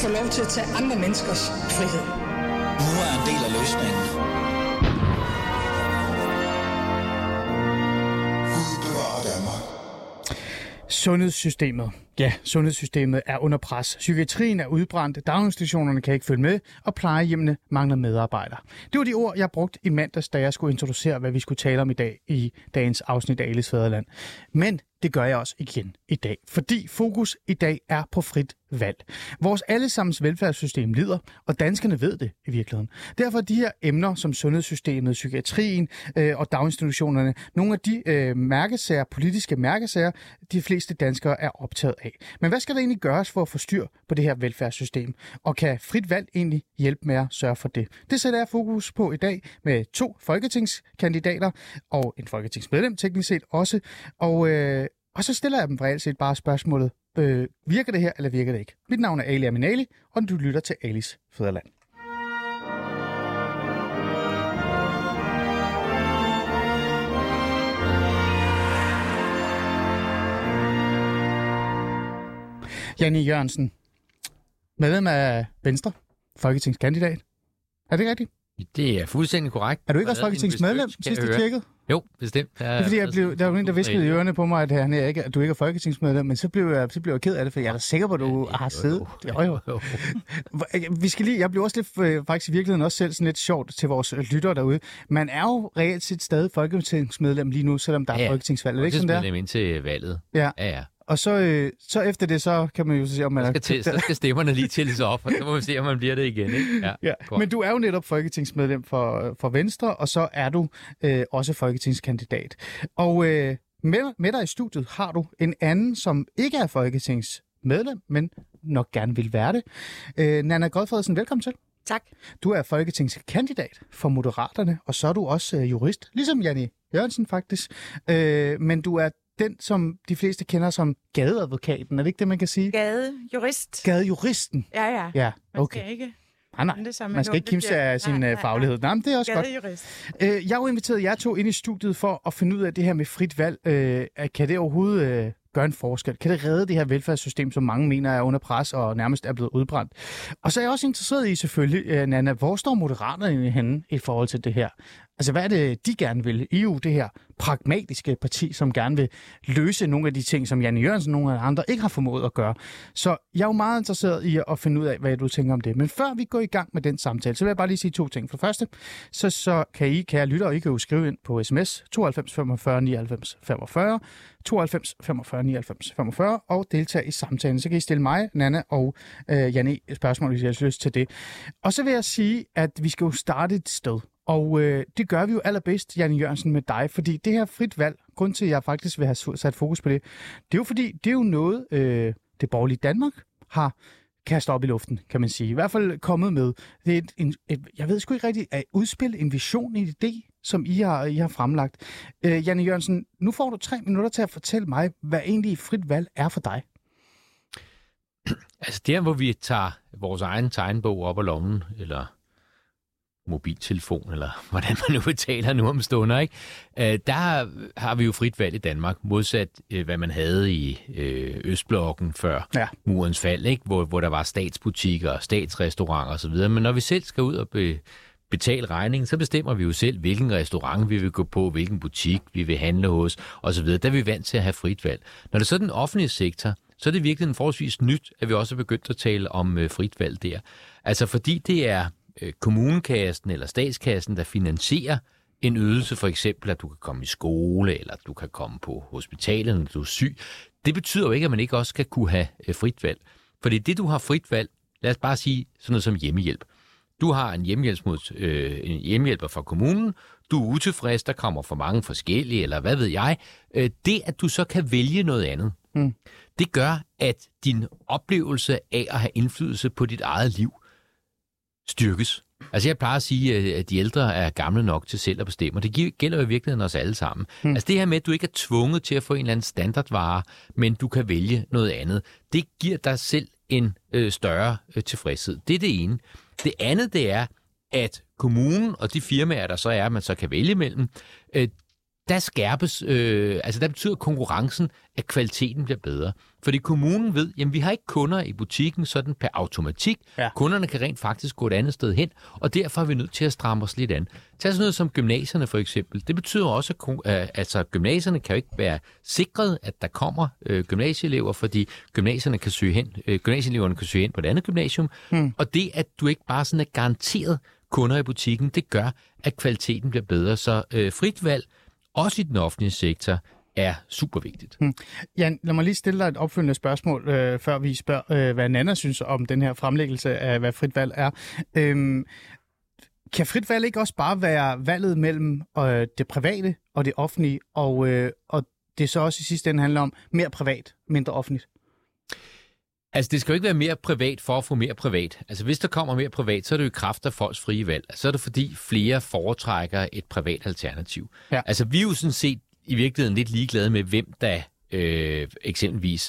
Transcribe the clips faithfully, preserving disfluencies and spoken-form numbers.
få lov til at tage andre menneskers frihed. Nu er en del af løsningen. Sundhedssystemet. Ja, sundhedssystemet er under pres. Psykiatrien er udbrændt, daginstitutionerne kan ikke følge med, og plejehjemmene mangler medarbejdere. Det var de ord, jeg brugte i mandags, da jeg skulle introducere, hvad vi skulle tale om i dag i dagens afsnit af Alis Fædreland. Men det gør jeg også igen i dag, fordi fokus i dag er på frit valg. Vores allesammens velfærdssystem lider, og danskerne ved det i virkeligheden. Derfor er de her emner som sundhedssystemet, psykiatrien øh, og daginstitutionerne nogle af de øh, mærkesager, politiske mærkesager, de fleste danskere er optaget af. Men hvad skal der egentlig gøres for at få styr på det her velfærdssystem? Og kan frit valg egentlig hjælpe med at sørge for det? Det sætter jeg fokus på i dag med to folketingskandidater og en folketingsmedlem teknisk set også. Og, øh, og så stiller jeg dem reelt set bare spørgsmålet, øh, virker det her eller virker det ikke? Mit navn er Ali Aminali, og du lytter til Alis Fædreland. Jan E. Jørgensen, medlem af Venstre, folketingskandidat. Er det rigtigt? Det er fuldstændig korrekt. Er du ikke også folketingsmedlem, sidst du tjekkede? Jo, bestemt. Det er fordi, jeg blev, der var en, der viskede i ørerne på mig, at, han er ikke, at du ikke er folketingsmedlem, men så blev jeg, så blev jeg ked af det, for jeg er da sikker på, at du ja, har siddet. Jo, jo. jo. Vi skal lige, jeg blev også lidt, faktisk i virkeligheden også selv sådan lidt sjovt til vores lyttere derude. Man er jo reelt set stadig folketingsmedlem lige nu, selvom der er ja, folketingsvalg. Er det ikke sådan der? Folketingsmedlem indtil valget. Ja. Ja, ja. Og så, øh, så efter det, så kan man jo se, om man... Så skal, til, så skal stemmerne lige tælles op, og så må vi se, om man bliver det igen. Ikke? Ja, ja. Men du er jo netop folketingsmedlem for, for Venstre, og så er du øh, også folketingskandidat. Og øh, med, med dig i studiet har du en anden, som ikke er folketingsmedlem, men nok gerne vil være det. Øh, Nanna Godfredsen, velkommen til. Tak. Du er folketingskandidat for Moderaterne, og så er du også øh, jurist, ligesom Jan E. Jørgensen faktisk. Øh, men du er den, som de fleste kender som gadeadvokaten. Er det ikke det, man kan sige? Gadejurist. Gadejuristen. Ja, ja. Ja, okay. Man skal ikke... Nej, nej. Det Man skal ikke kimse af sin nej, nej, faglighed. Nej, men det er også Gadejurist. godt. Øh, jeg har jo inviteret jer to ind i studiet for at finde ud af det her med frit valg. Øh, kan det overhovedet øh, gøre en forskel? Kan det redde det her velfærdssystem, som mange mener er under pres og nærmest er blevet udbrændt? Og så er jeg også interesseret i selvfølgelig, øh, Nanna, hvor står Moderaterne henne i forhold til det her? Altså, hvad er det, de gerne vil? I er jo det her pragmatiske parti, som gerne vil løse nogle af de ting, som Jan E. Jørgensen og nogle af de andre ikke har formået at gøre. Så jeg er jo meget interesseret i at finde ud af, hvad du tænker om det. Men før vi går i gang med den samtale, så vil jeg bare lige sige to ting. For det første, så, så kan I, kære lyttere, I kan jo skrive ind på sms tooghalvfems femogfyrre nioghalvfems femogfyrre, tooghalvfems femogfyrre nioghalvfems femogfyrre og deltage i samtalen. Så kan I stille mig, Nanna og øh, Jan E. spørgsmål, hvis I har lyst til det. Og så vil jeg sige, at vi skal jo starte et sted. Og øh, det gør vi jo allerbedst, Jan E. Jørgensen, med dig, fordi det her frit valg, grund til, at jeg faktisk vil have sat fokus på det, det er jo fordi, det er jo noget, øh, det borgerlige Danmark har kastet op i luften, kan man sige. I hvert fald kommet med. Det er et, en, et, jeg ved sgu ikke rigtigt, at udspille en vision, en idé, som I har, I har fremlagt. Øh, Jan E. Jørgensen, nu får du tre minutter til at fortælle mig, hvad egentlig frit valg er for dig. Altså der, hvor vi tager vores egen tegnbog op af lommen, eller mobiltelefon, eller hvordan man nu betaler nu om stunder, ikke? Øh, der har vi jo frit valg i Danmark, modsat øh, hvad man havde i øh, Østblokken før ja. Murens fald, ikke? Hvor, hvor der var statsbutikker, statsrestauranter osv. Men når vi selv skal ud og be, betale regningen, så bestemmer vi jo selv, hvilken restaurant vi vil gå på, hvilken butik vi vil handle hos osv. Der er vi vant til at have frit valg. Når det så er den offentlige sektor, så er det virkelig en forholdsvis nyt, at vi også er begyndt at tale om øh, frit valg der. Altså fordi det er kommunekassen eller statskassen, der finansierer en ydelse, for eksempel, at du kan komme i skole, eller at du kan komme på hospitalet, når du er syg. Det betyder jo ikke, at man ikke også skal kunne have frit valg. Fordi det, du har frit valg, lad os bare sige sådan noget som hjemmehjælp. Du har en, øh, en hjemmehjælper fra kommunen, du er utilfreds, der kommer for mange forskellige, eller hvad ved jeg. Det, at du så kan vælge noget andet, mm. det gør, at din oplevelse af at have indflydelse på dit eget liv styrkes. Altså jeg plejer at sige, at de ældre er gamle nok til selv at bestemme, og det gælder jo i virkeligheden os alle sammen. Hmm. Altså det her med, at du ikke er tvunget til at få en eller anden standardvare, men du kan vælge noget andet, det giver dig selv en øh, større øh, tilfredshed. Det er det ene. Det andet, det er, at kommunen og de firmaer, der så er, man så kan vælge mellem, øh, der skærpes, øh, altså der betyder konkurrencen, at kvaliteten bliver bedre. Fordi kommunen ved, jamen vi har ikke kunder i butikken sådan per automatik. Ja. Kunderne kan rent faktisk gå et andet sted hen, og derfor er vi nødt til at stramme os lidt an. Tag sådan noget som gymnasierne for eksempel. Det betyder også, at altså, gymnasierne kan jo ikke være sikret, at der kommer øh, gymnasieelever, fordi gymnasierne kan søge hen, øh, gymnasieeleverne kan søge hen på et andet gymnasium. Hmm. Og det, at du ikke bare sådan er garanteret kunder i butikken, det gør, at kvaliteten bliver bedre. Så øh, frit valg, også i den offentlige sektor, er super vigtigt. Hmm. Jan, lad mig lige stille dig et opfølgende spørgsmål, øh, før vi spørger, øh, hvad Nanna synes om den her fremlæggelse af, hvad frit valg er. Øhm, kan frit valg ikke også bare være valget mellem øh, det private og det offentlige, og, øh, og det så også i sidste ende handler om mere privat, mindre offentligt? Altså, det skal jo ikke være mere privat for at få mere privat. Altså, hvis der kommer mere privat, så er det jo i kraft af folks frie valg. Så er det fordi flere foretrækker et privat alternativ. Ja. Altså, vi er jo sådan set i virkeligheden lidt ligeglade med, hvem der øh, eksempelvis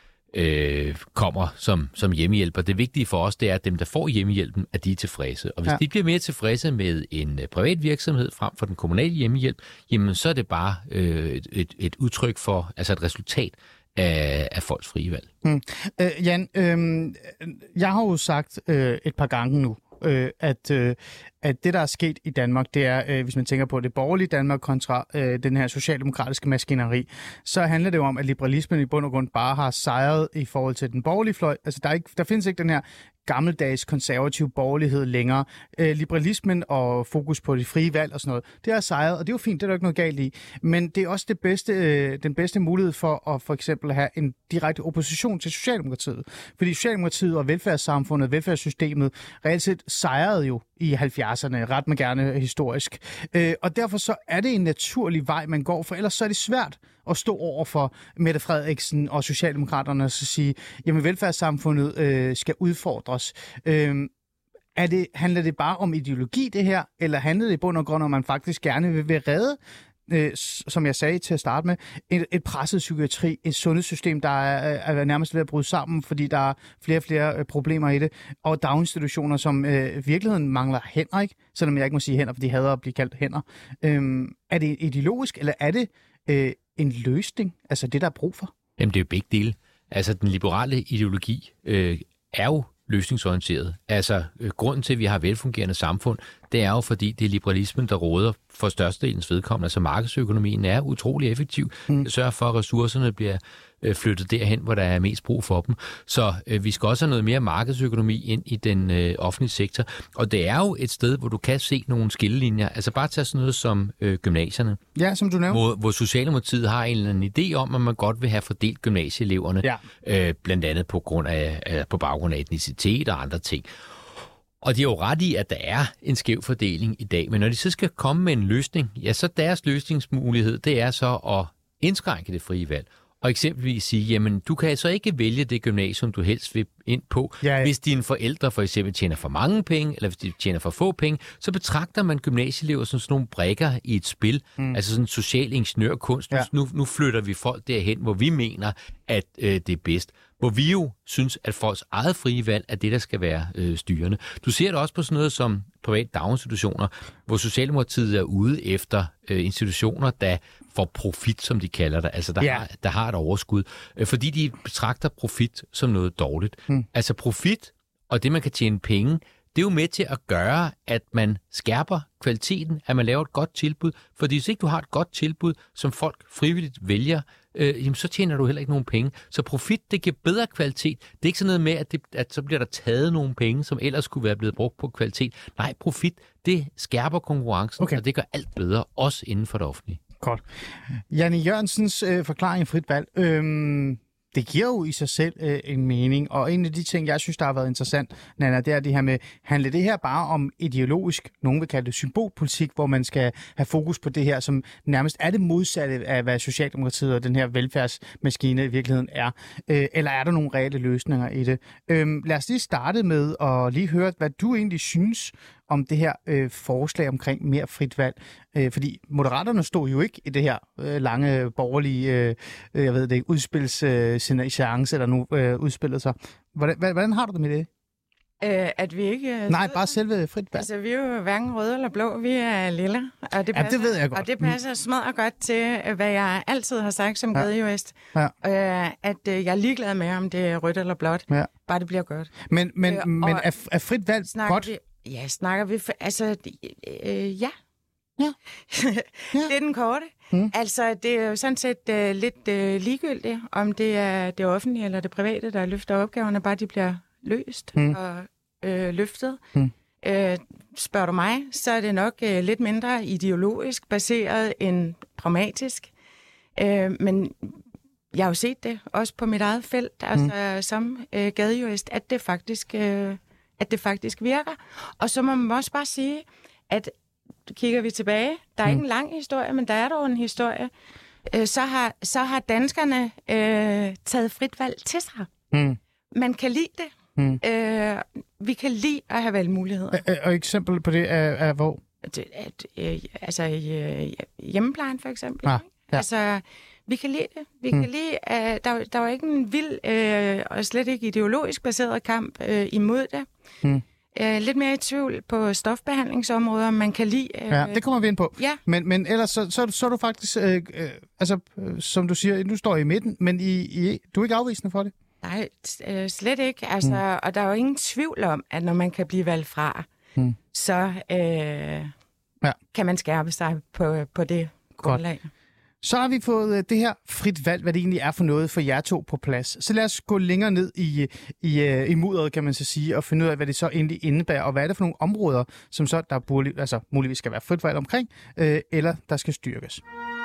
øh, kommer som, som hjemmehjælper. Det vigtige for os, det er, at dem, der får hjemmehjælpen, at de er tilfredse. Og hvis ja. de bliver mere tilfredse med en privat virksomhed frem for den kommunale hjemmehjælp, jamen så er det bare øh, et, et, et udtryk for, altså et resultat af, af folks frie valg. Mm. Øh, Jan, øh, jeg har jo sagt øh, et par gange nu, øh, at, øh, at det, der er sket i Danmark, det er, øh, hvis man tænker på det borgerlige Danmark kontra øh, den her socialdemokratiske maskineri, så handler det jo om, at liberalismen i bund og grund bare har sejret i forhold til den borgerlige fløj. Altså, der, er ikke, der findes ikke den her gammeldags konservativ borgerlighed længere. Øh, liberalismen og fokus på de frie valg og sådan noget, det har sejret, og det er jo fint, det er der ikke noget galt i. Men det er også det bedste, øh, den bedste mulighed for at for eksempel have en direkte opposition til Socialdemokratiet. Fordi Socialdemokratiet og velfærdssamfundet, velfærdssystemet, reelt set sejrede jo i halvfjerdserne, ret man gerne historisk. Øh, og derfor så er det en naturlig vej, man går, for ellers så er det svært at stå over for Mette Frederiksen og Socialdemokraterne og så sige, jamen velfærdssamfundet øh, skal udfordres. Øh, er det, handler det bare om ideologi, det her, eller handler det i bund og grund, om man faktisk gerne vil, vil redde, øh, som jeg sagde til at starte med, et, et presset psykiatri, et sundhedssystem, der er, er nærmest ved at bryde sammen, fordi der er flere og flere øh, problemer i det, og daginstitutioner, som øh, i virkeligheden mangler hænder, ikke? Selvom jeg ikke må sige hænder, fordi de hader at blive kaldt hænder. Øh, er det ideologisk, eller er det øh, en løsning, altså det, der er brug for? Jamen, det er jo begge dele. Altså, den liberale ideologi øh, er jo løsningsorienteret. Altså, øh, grunden til, at vi har et velfungerende samfund, det er jo, fordi det er liberalismen, der råder for størstedelens vedkommende. Altså, markedsøkonomien er utrolig effektiv. Mm. Det sørger for, at ressourcerne bliver øh, flyttet derhen, hvor der er mest brug for dem. Så øh, vi skal også have noget mere markedsøkonomi ind i den øh, offentlige sektor. Og det er jo et sted, hvor du kan se nogle skillelinjer. Altså, bare tage sådan noget som øh, gymnasierne. Ja, som du nævner. Hvor, hvor Socialdemokratiet har en eller anden idé om, at man godt vil have fordelt gymnasieeleverne. Ja. Øh, blandt andet på, grund af, øh, på baggrund af etnicitet og andre ting. Og de er jo ret i, at der er en skæv fordeling i dag. Men når de så skal komme med en løsning, ja, så deres løsningsmulighed, det er så at indskrænke det frie valg. Og eksempelvis sige, jamen, du kan altså ikke vælge det gymnasium, du helst vil ind på. Ja, ja. Hvis dine forældre for eksempel tjener for mange penge, eller hvis de tjener for få penge, så betragter man gymnasieelever som sådan nogle brikker i et spil. Mm. Altså sådan en social ingeniørkunst. Ja. Nu, nu flytter vi folk derhen, hvor vi mener, at øh, det er bedst. Hvor vi jo synes, at folks eget frie valg er det, der skal være øh, styrende. Du ser det også på sådan noget som private daginstitutioner, hvor Socialdemokratiet er ude efter øh, institutioner, der får profit, som de kalder det. Altså, der, yeah. har, der har et overskud. Øh, fordi de betragter profit som noget dårligt. Hmm. Altså profit og det, man kan tjene penge, det er jo med til at gøre, at man skærper kvaliteten, at man laver et godt tilbud. Fordi hvis ikke du har et godt tilbud, som folk frivilligt vælger, øh, jamen, så tjener du heller ikke nogen penge. Så profit, det giver bedre kvalitet. Det er ikke sådan noget med, at, det, at så bliver der taget nogle penge, som ellers kunne være blevet brugt på kvalitet. Nej, profit, det skærper konkurrencen, okay. Og det gør alt bedre, også inden for det offentlige. Godt. Janne Jørgensens øh, forklaring i frit valg. Øhm Det giver jo i sig selv øh, en mening, og en af de ting, jeg synes, der har været interessant, Nanna, det er det her med, handler det her bare om ideologisk, nogen vil kalde det symbolpolitik, hvor man skal have fokus på det her, som nærmest er det modsatte af, hvad Socialdemokratiet og den her velfærdsmaskine i virkeligheden er, øh, eller er der nogle reelle løsninger i det? Øh, lad os lige starte med at lige høre, hvad du egentlig synes om det her øh, forslag omkring mere frit valg. Øh, fordi Moderaterne stod jo ikke i det her øh, lange borgerlige, øh, jeg ved det ikke, udspilsseance, øh, der nu øh, udspillede sig. Hvordan, hvordan har du det med det? Øh, at vi ikke... Nej, bare selve frit valg. Altså, vi er jo hverken røde eller blå, vi er lilla. Og det passer, ja, det ved jeg godt. Og det passer smadret godt til, hvad jeg altid har sagt som ja. gadejurist. Ja. Øh, at øh, jeg er ligeglad med, om det er rødt eller blåt. Ja. Bare det bliver godt. Men, men, øh, men er, er frit valg godt? Vi, ja, snakker vi... Altså, øh, ja. Ja. ja. Det er den korte. Mm. Altså, det er jo sådan set uh, lidt uh, ligegyldigt, om det er det offentlige eller det private, der løfter opgaverne, bare de bliver løst mm. og øh, løftet. Mm. Øh, spørger du mig, så er det nok øh, lidt mindre ideologisk baseret end pragmatisk. Øh, men jeg har jo set det, også på mit eget felt, altså mm. som øh, gadejurist, at det faktisk, øh, at det faktisk virker. Og så må man også bare sige, at kigger vi tilbage, der er mm. ikke en lang historie, men der er dog en historie, øh, så, har, så har danskerne øh, taget frit valg til sig. Mm. Man kan lide det. Mm. Øh, vi kan lide at have valgmuligheder. Og, og eksempel på det er, er hvor? At, at, øh, altså i øh, hjemmeplejen for eksempel. Ah, ja. Altså, vi kan lide det. Vi mm. kan lide, at der, der var ikke en vild øh, og slet ikke ideologisk baseret kamp øh, imod det. Mm. Øh, lidt mere i tvivl på stofbehandlingsområder, man kan lide... Øh, ja, det kommer vi ind på. Ja. Men, men ellers så, så, så er du faktisk, øh, øh, altså øh, som du siger, du står i midten, men I, I, du er ikke afvisende for det? Nej, øh, slet ikke. Altså, mm. Og der er jo ingen tvivl om, at når man kan blive valgt fra, mm. så øh, ja. kan man skærpe sig på, på det grundlag. Godt. Så har vi fået det her frit valg, hvad det egentlig er for noget for jer to på plads. Så lad os gå længere ned i, i, i mudderet, kan man så sige, og finde ud af, hvad det så egentlig indebærer, og hvad er det for nogle områder, som så der burde, altså, muligvis skal være frit valg omkring, øh, eller der skal styrkes.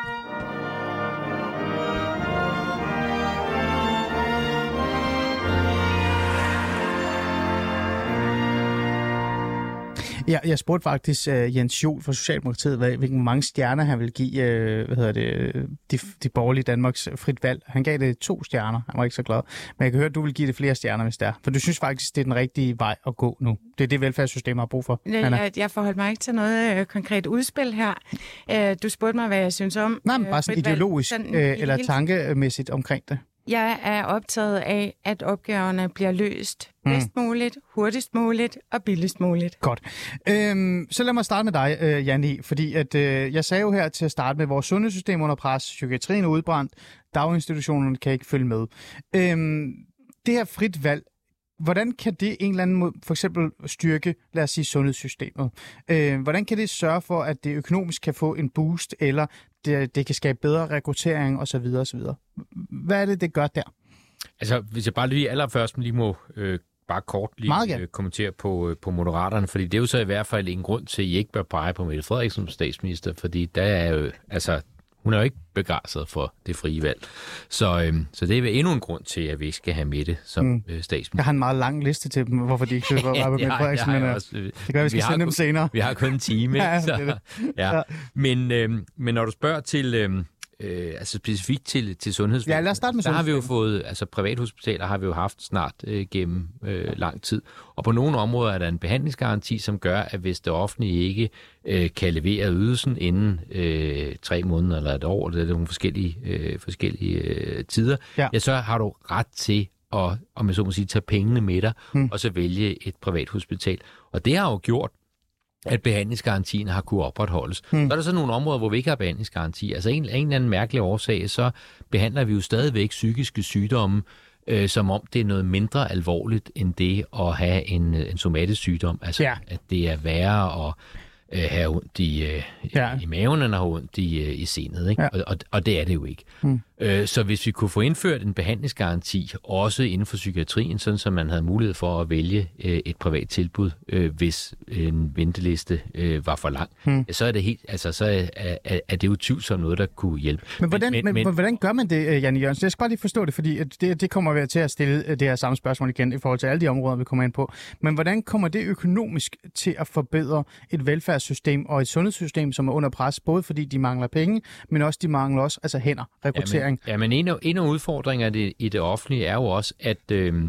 Ja, jeg spurgte faktisk uh, Jens Joel fra Socialdemokratiet, hvad, hvilken mange stjerner han ville give uh, hvad hedder det, de, de borgerlige Danmarks frit valg. Han gav det to stjerner. Han var ikke så glad. Men jeg kan høre, at du vil give det flere stjerner, hvis det er. For du synes faktisk, det er den rigtige vej at gå nu. Det er det, velfærdssystemet har brug for. Ja, jeg, jeg forholdt mig ikke til noget øh, konkret udspil her. Øh, du spurgte mig, hvad jeg synes om. Nej, men bare sådan ideologisk sådan, øh, eller tankemæssigt omkring det. Jeg er optaget af, at opgaverne bliver løst bedst mm. muligt, hurtigst muligt og billigst muligt. Godt. Øhm, så lad mig starte med dig, øh, Janni, fordi at, øh, jeg sagde jo her til at starte med, vores sundhedssystem under pres, psykiatrien er udbrændt, daginstitutionerne kan ikke følge med. Øhm, det her frit valg, hvordan kan det en eller anden måde for eksempel styrke, lad os sige, sundhedssystemet? Øh, hvordan kan det sørge for, at det økonomisk kan få en boost, eller det, det kan skabe bedre rekruttering osv. osv.? Hvad er det, det gør der? Altså, hvis jeg bare lige allerførst lige må øh, bare kort lige øh, kommentere på, øh, på Moderaterne, fordi det er jo så i hvert fald en grund til, at I ikke bør pege på Mette Frederiksen som statsminister, fordi der er jo, altså, hun er jo ikke begejstret for det frie valg. Så, øhm, så det er endnu en grund til, at vi ikke skal have Mette som mm. øh, statsminister. Jeg har en meget lang liste til dem, hvorfor de ikke skal være på Mette Frederiksen, men også, øh, det gør, vi skal vi sende dem senere. Vi har kun en time, ja, så, det det. Ja. Ja. Men, øhm, men når du spørger til... Øhm, Øh, altså specifikt til, til sundhedsvæsenet, ja, lad os starte med så har vi jo fået, altså privathospitaler har vi jo haft snart øh, gennem øh, lang tid, og på nogle områder er der en behandlingsgaranti, som gør, at hvis det offentlige ikke øh, kan levere ydelsen inden øh, tre måneder eller et år, det er nogle forskellige, øh, forskellige øh, tider, ja. ja, så har du ret til at, om jeg så må sige, tage pengene med dig, hmm. og så vælge et privathospital. Og det har jo gjort, at behandlingsgarantien har kunne opretholdes. Hmm. Så er der så nogle områder, hvor vi ikke har behandlingsgaranti. Altså en, en eller anden mærkelig årsag, så behandler vi jo stadigvæk psykiske sygdomme, øh, som om det er noget mindre alvorligt, end det at have en, en somatisk sygdom. Altså ja. At det er værre at øh, have ondt i, øh, ja. i maven, end at have ondt i, øh, i senet. Ikke? Ja. Og, og, og det er det jo ikke. Hmm. Øh, så hvis vi kunne få indført en behandlingsgaranti, også inden for psykiatrien, sådan så man havde mulighed for at vælge øh, et privat tilbud, øh, hvis en venteliste øh, var for lang, hmm. så er det helt, altså så er, er, er det jo tvivlsomt noget, der kunne hjælpe. Men hvordan, men, men, men, hvordan gør man det, Janni Jørgensen? Jeg skal bare lige forstå det, fordi det, det kommer vi til at stille det her samme spørgsmål igen i forhold til alle de områder, vi kommer ind på. Men hvordan kommer det økonomisk til at forbedre et velfærdssystem og et sundhedssystem, som er under pres, både fordi de mangler penge, men også de mangler også altså hænder, rekruttering? Ja, men en af, en af udfordringerne i det, i det offentlige er jo også, at, øh,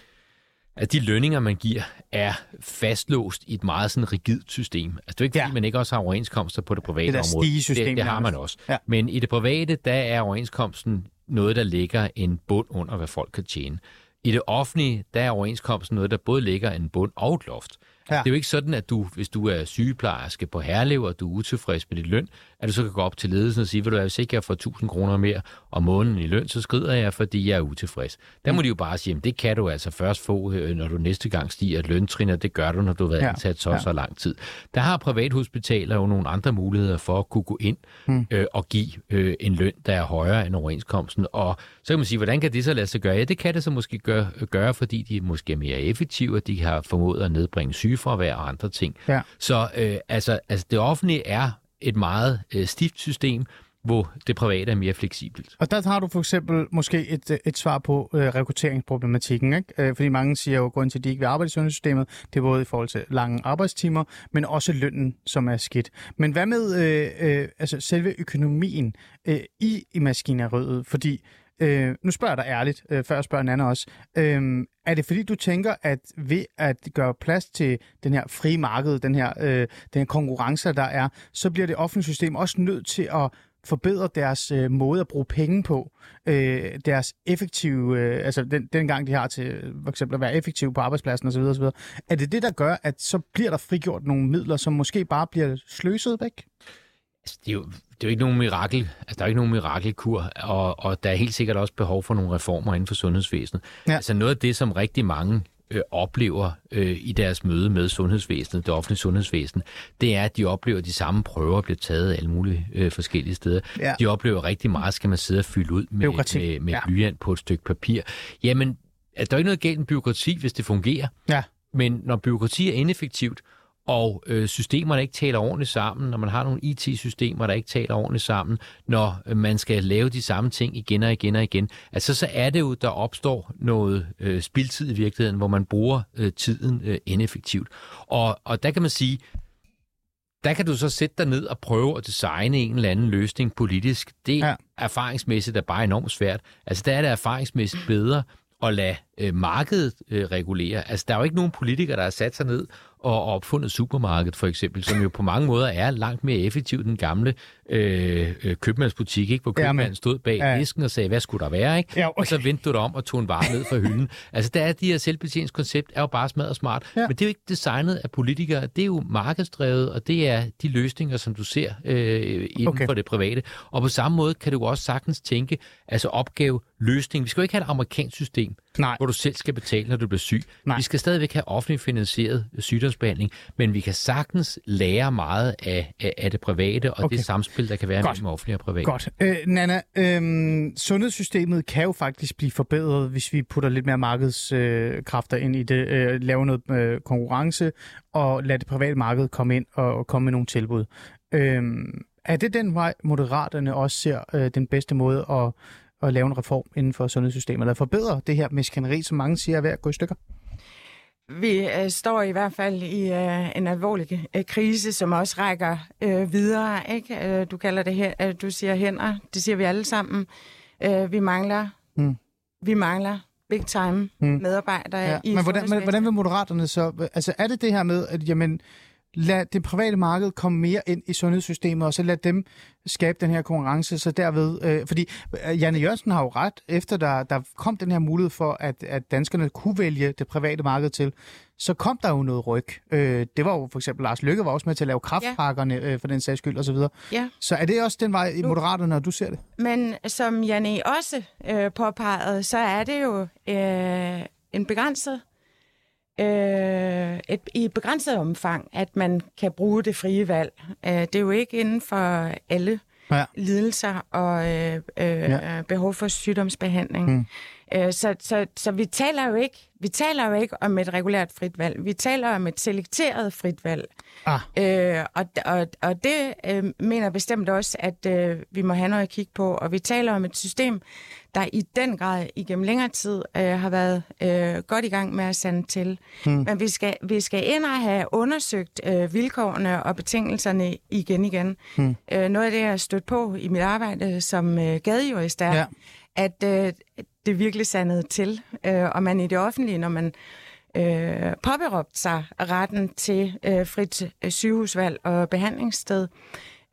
at de lønninger, man giver, er fastlåst i et meget sådan rigidt system. Altså det er ikke, fordi ja. man ikke også har overenskomster på det private det område. Det, det har man også. Ja. Men i det private, der er overenskomsten noget, der ligger en bund under, hvad folk kan tjene. I det offentlige, der er overenskomsten noget, der både ligger en bund og et loft. Ja. Det er jo ikke sådan, at du, hvis du er sygeplejerske på Herlev, og du er utilfreds med dit løn, at du så kan gå op til ledelsen og sige, ved du, hvis ikke jeg får tusind kroner mere om måneden i løn, så skrider jeg, fordi jeg er utilfreds. Der må mm. de jo bare sige, at det kan du altså først få, når du næste gang stiger et løntrin, og det gør du, når du har været ja. ansat så ja. så lang tid. Der har privathospitaler jo nogle andre muligheder for at kunne gå ind mm. øh, og give øh, en løn, der er højere end overenskomsten. Og så kan man sige, hvordan kan det så lade sig gøre? Ja, det kan det så måske gøre, gøre fordi de måske er mere effektive, og de har formået at nedbringe sygefravær og andre ting. Ja. Så øh, altså, altså det offentlige er et meget øh, stift system, hvor det private er mere fleksibelt. Og der har du for eksempel måske et, et svar på øh, rekrutteringsproblematikken, ikke? Øh, fordi mange siger jo, at grunden til, at de ikke vil arbejde i sundhedssystemet, det er både i forhold til lange arbejdstimer, men også lønnen, som er skidt. Men hvad med øh, øh, altså selve økonomien øh, i, i maskineriet? Fordi Øh, nu spørger jeg dig ærligt, øh, før jeg spørger en anden også. Øh, er det fordi, du tænker, at ved at gøre plads til den her frie marked, den her, øh, den her konkurrence, der er, så bliver det offentlige system også nødt til at forbedre deres øh, måde at bruge penge på, øh, deres effektive, øh, altså den, den gang de har til for eksempel at være effektive på arbejdspladsen osv. osv. Er det det, der gør, at så bliver der frigjort nogle midler, som måske bare bliver sløset væk? Det er jo, det er jo ikke nogen mirakel, altså der er ikke nogen mirakelkur, og, og der er helt sikkert også behov for nogle reformer inden for sundhedsvæsenet. Ja. Altså noget af det, som rigtig mange øh, oplever øh, i deres møde med sundhedsvæsenet, det offentlige sundhedsvæsen, det er, at de oplever, at de samme prøver bliver taget alle mulige øh, forskellige steder. Ja. De oplever rigtig meget, skal man sidde og fylde ud med, med, med ja. blyant på et stykke papir. Jamen, altså, der er ikke noget galt med bureaukrati, hvis det fungerer. Ja. Men når bureaukrati er ineffektivt, og øh, systemerne ikke taler ordentligt sammen, når man har nogle I T-systemer, der ikke taler ordentligt sammen, når øh, man skal lave de samme ting igen og igen og igen, altså så er det jo, der opstår noget øh, spildtid i virkeligheden, hvor man bruger øh, tiden øh, ineffektivt. Og, og der kan man sige, der kan du så sætte dig ned og prøve at designe en eller anden løsning politisk. Det er ja. erfaringsmæssigt er bare enormt svært. Altså der er det erfaringsmæssigt bedre at lade øh, markedet øh, regulere. Altså der er jo ikke nogen politikere, der har sat sig ned og opfundet supermarkedet for eksempel, som jo på mange måder er langt mere effektivt end den gamle øh, øh, købmandsbutik, ikke? Hvor købmanden stod bag ja. disken og sagde, hvad skulle der være, ikke? Ja, okay. Og så vendte du dig om og tog en vare ned fra hylden. Altså der er de her selvbetjeningskoncept er jo bare smadret smart, ja. men det er jo ikke designet af politikere, det er jo markedsdrevet, og det er de løsninger, som du ser øh, inden okay. for det private. Og på samme måde kan du også sagtens tænke, altså opgave, løsning. Vi skal jo ikke have et amerikansk system, Nej. hvor du selv skal betale, når du bliver syg. Nej. Vi skal stadigvæk have offentligt finansieret sygdomsbehandling, men vi kan sagtens lære meget af, af, af det private, og okay. det samspil, der kan være mellem offentligt og privat. Godt. Øh, Nanna, øh, sundhedssystemet kan jo faktisk blive forbedret, hvis vi putter lidt mere markedskræfter øh, ind i det, øh, laver noget øh, konkurrence, og lade det private marked komme ind og, og komme med nogle tilbud. Øh, er det den vej, Moderaterne også ser øh, den bedste måde at at lave en reform inden for sundhedssystemet, eller forbedre det her maskineri, som mange siger er ved at gå i stykker? Vi øh, står i hvert fald i øh, en alvorlig øh, krise, som også rækker øh, videre. Ikke? Øh, du kalder det her, øh, du siger hænder, det siger vi alle sammen. Øh, vi mangler, mm. vi mangler big time mm. medarbejdere ja. i Men hvordan, men hvordan vil Moderaterne så, altså er det det her med, at jamen, lad det private marked komme mere ind i sundhedssystemet, og så lad dem skabe den her konkurrence, så derved, øh, fordi Janne Jørgensen har jo ret, efter der, der kom den her mulighed for, at, at danskerne kunne vælge det private marked til, så kom der jo noget ryg. Øh, det var jo for eksempel, Lars Løkke var også med til at lave kræftpakkerne øh, for den sags skyld, og så videre. Ja. Så er det også den vej i Moderaterne, når du ser det? Men som Janne også øh, påpegede, så er det jo øh, en begrænset Øh, et, i et begrænset omfang, at man kan bruge det frie valg. Øh, det er jo ikke inden for alle ja. lidelser og øh, øh, ja. behov for sygdomsbehandling. Mm. Øh, så, så, så vi taler jo ikke, vi taler jo ikke om et regulært frit valg. Vi taler om et selekteret frit valg. Ah. Øh, og, og, og det øh, mener bestemt også, at øh, vi må have noget at kigge på. Og vi taler om et system, der i den grad igennem længere tid øh, har været øh, godt i gang med at sande til. Hmm. Men vi skal, vi skal ind og have undersøgt øh, vilkårene og betingelserne igen igen. Hmm. Øh, noget af det, jeg har stødt på i mit arbejde som øh, gadejurist er, ja. at øh, det virkelig sandede til. Øh, og man i det offentlige, når man øh, påberåbte sig retten til øh, frit øh, sygehusvalg og behandlingssted,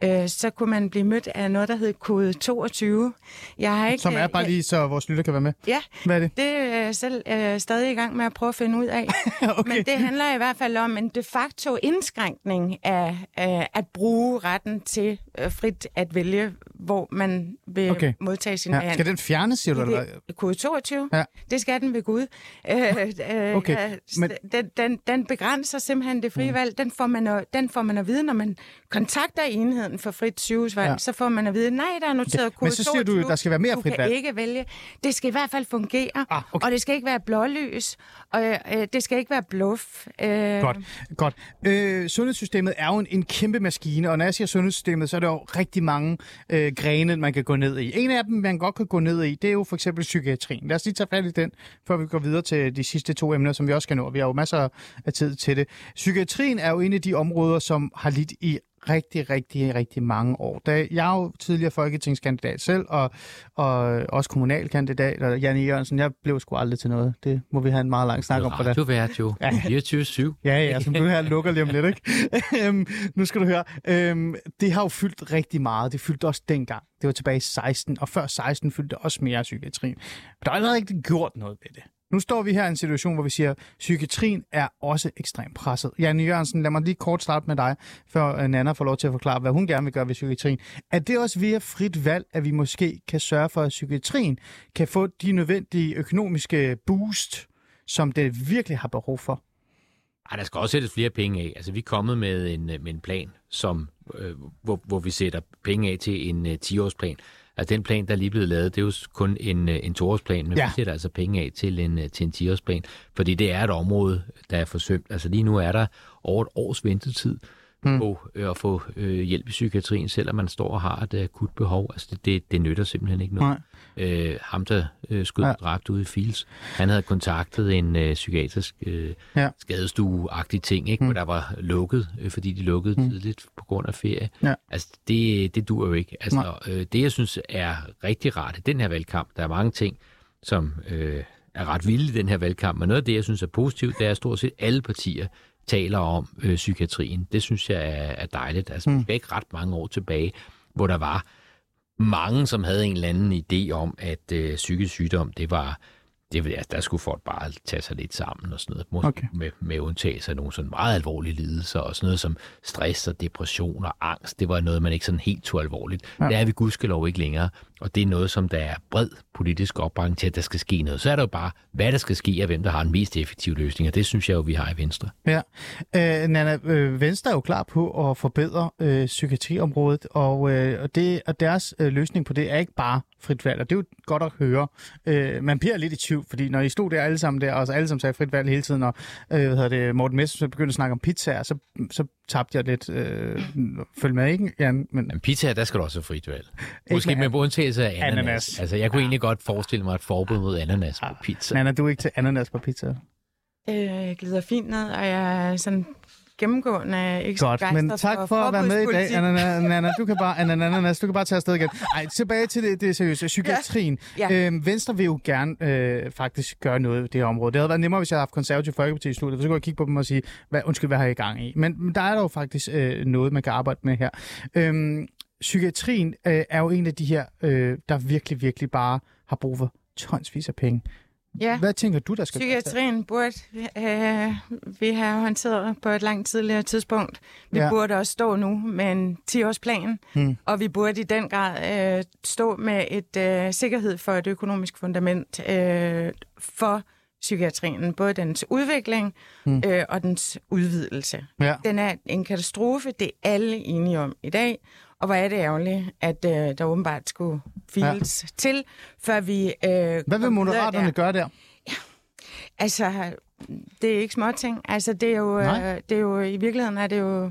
øh, så kunne man blive mødt af noget, der hed kode toogtyve. Jeg har ikke, Som er bare lige, så vores lytter kan være med. Ja, hvad er det? Det er jeg selv øh, stadig i gang med at prøve at finde ud af. Okay. Men det handler i hvert fald om en de facto indskrænkning af øh, at bruge retten til øh, frit at vælge, hvor man vil okay. modtage sin ja. behandling. Skal den fjernes, siger du? Eller? Kode toogtyve, ja. Det skal den ved Gud. Øh, øh, okay. øh, Men... den, den, den begrænser simpelthen det frie valg. Mm. Den, får man at, den får man at vide, når man kontakter enheden for frit sygehusvalg. Ja. Så får man at vide, nej, der er noteret okay. kode Men så siger toogtyve, du, der skal være mere frit valg. Du kan ikke vælge. Det skal i hvert fald fungere, ah, okay. og det skal ikke være blålys, og øh, det skal ikke være bluff. Øh... Godt, godt. Øh, sundhedssystemet er jo en, en kæmpe maskine, og når jeg siger sundhedssystemet, så er der jo rigtig mange øh, grene, man kan gå ned i. En af dem, man godt kan gå ned i, det er jo for eksempel psykiatrien. Lad os lige tage fat i den, før vi går videre til de sidste to emner, som vi også skal nå. Vi har jo masser af tid til det. Psykiatrien er jo en af de områder, som har lidt i rigtig, rigtig, rigtig mange år. Da jeg er jo tidligere folketingskandidat selv, og, og også kommunalkandidat, og Jan E. Jørgensen, jeg blev sgu aldrig til noget. Det må vi have en meget lang snak om. Det er vært jo. fireogtyve syv. Ja, ja, som du her lukker lige om lidt, ikke? um, nu skal du høre. Um, det har jo fyldt rigtig meget. Det fyldte også dengang. Det var tilbage i seksten, og før seksten fyldte det også mere af psykiatrien. Men der er allerede ikke gjort noget ved det. Nu står vi her i en situation, hvor vi siger, at psykiatrien er også ekstremt presset. Jan Jørgensen, lad mig lige kort starte med dig, før Nanna får lov til at forklare, hvad hun gerne vil gøre ved psykiatrien. Er det også via frit valg, at vi måske kan sørge for, at psykiatrien kan få de nødvendige økonomiske boost, som det virkelig har behov for? Ej, der skal også sættes flere penge af. Altså, vi er kommet med en, med en plan, som, øh, hvor, hvor vi sætter penge af til en uh, ti-årsplan. Altså, den plan, der er lige blevet lavet, det er jo kun en, en toårsplan, men ja. vi sætter altså penge af til en, til en ti-årsplan, fordi det er et område, der er forsømt. Altså, lige nu er der over et års ventetid hmm. på øh, at få øh, hjælp i psykiatrien, selvom man står og har et akut behov. Altså, det, det, det nytter simpelthen ikke noget. Øh, ham, der øh, skød ja. dræbt ude i Fils, han havde kontaktet en øh, psykiatrisk øh, ja. skadestue-agtig ting, ikke? Hmm. Hvor der var lukket, øh, fordi de lukkede hmm. tidligt på grund af ferie. Ja. Altså, det, det dur jo ikke. Altså, øh, det, jeg synes er rigtig rart i den her valgkamp, der er mange ting, som øh, er ret vilde i den her valgkamp, men noget af det, jeg synes er positivt, det er, at stort set alle partier taler om øh, psykiatrien. Det synes jeg er, er dejligt. Altså, mm. vi er ikke ret mange år tilbage, hvor der var mange, som havde en eller anden idé om, at øh, psykisk sygdom, det var, det, altså, der skulle folk bare tage sig lidt sammen og sådan noget. Måske okay. med, med undtagelse af nogle sådan meget alvorlige lidelser og sådan noget som stress og depression og angst. Det var noget, man ikke sådan helt tog alvorligt. Ja. Der er vi gudskelov ikke længere, og det er noget, som der er bred politisk opbakning til, at der skal ske noget. Så er der jo bare, hvad der skal ske, og hvem der har den mest effektive løsning, og det synes jeg jo, vi har i Venstre. Ja, øh, Nanna, øh, Venstre er jo klar på at forbedre øh, psykiatriområdet, og, øh, og, det, og deres øh, løsning på det er ikke bare frit valg, og det er jo godt at høre. Øh, man bliver lidt i tvivl, fordi når I stod der alle sammen der, og så alle sammen sagde frit valg hele tiden, og øh, hvad hedder det, Morten Messerschmidt begyndte at snakke om pizzaer, så, så tabte jeg lidt. Øh, følg med, ikke? Ja, men... men pizzaer, der skal du også have frit valg. Måske med undtagelse af ananas. ananas. Altså, jeg kunne ja. egentlig godt forestille mig et forbud mod ananas ja. på pizza. Nanna, du er ikke til ananas på pizza? Øh, jeg glider fint ned, og jeg er sådan gennemgående ikke godt, men tak for, for at være med i dag, Anna, Nanna. Du kan bare, ananas, du kan bare tage afsted igen. Ej, tilbage til det, det seriøse. Psykiatrien. Ja. Ja. Øhm, Venstre vil jo gerne øh, faktisk gøre noget i det her område. Det havde været nemmere, hvis jeg havde haft konservativ folkeparti i studiet, for så kunne jeg kigge på dem og sige, hvad, undskyld, hvad har I i gang i? Men, men der er der jo faktisk øh, noget, man kan arbejde med her. Øhm, psykiatrien øh, er jo en af de her, øh, der virkelig, virkelig bare har brug for tonsvis af penge. Ja. Hvad tænker du, der skal Psykiatrien burde øh, vi have håndteret på et langt tidligere tidspunkt. Vi ja. burde også stå nu med en ti-årsplan, hmm. og vi burde i den grad øh, stå med et øh, sikkerhed for et økonomisk fundament øh, for psykiatrien. Både dens udvikling hmm. øh, og dens udvidelse. Ja. Den er en katastrofe, det er alle enige om i dag. Og hvor er det ærgerligt, at øh, der åbenbart skulle files ja. til, før vi... Øh, Hvad vil Moderaterne der. gøre der? Ja. Altså, det er ikke småting. Altså, det er jo, øh, det er jo i virkeligheden er det jo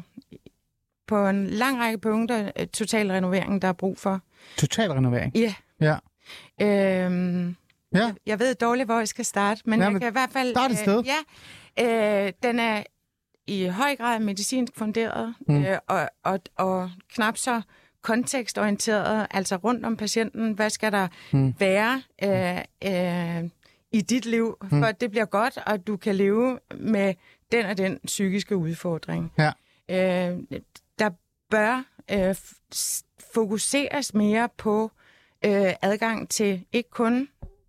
på en lang række punkter total renovering, der er brug for. Total renovering? Ja. Ja. Øhm, ja. Jeg ved dårligt, hvor jeg skal starte, men, ja, men jeg kan i hvert fald... Start et sted. Øh, ja, øh, den er i høj grad medicinsk funderet, mm. øh, og, og, og knap så kontekstorienteret, altså rundt om patienten. Hvad skal der mm. være øh, øh, i dit liv, for mm. at det bliver godt, og du kan leve med den og den psykiske udfordring. Ja. Øh, der bør øh, fokuseres mere på øh, adgang til ikke kun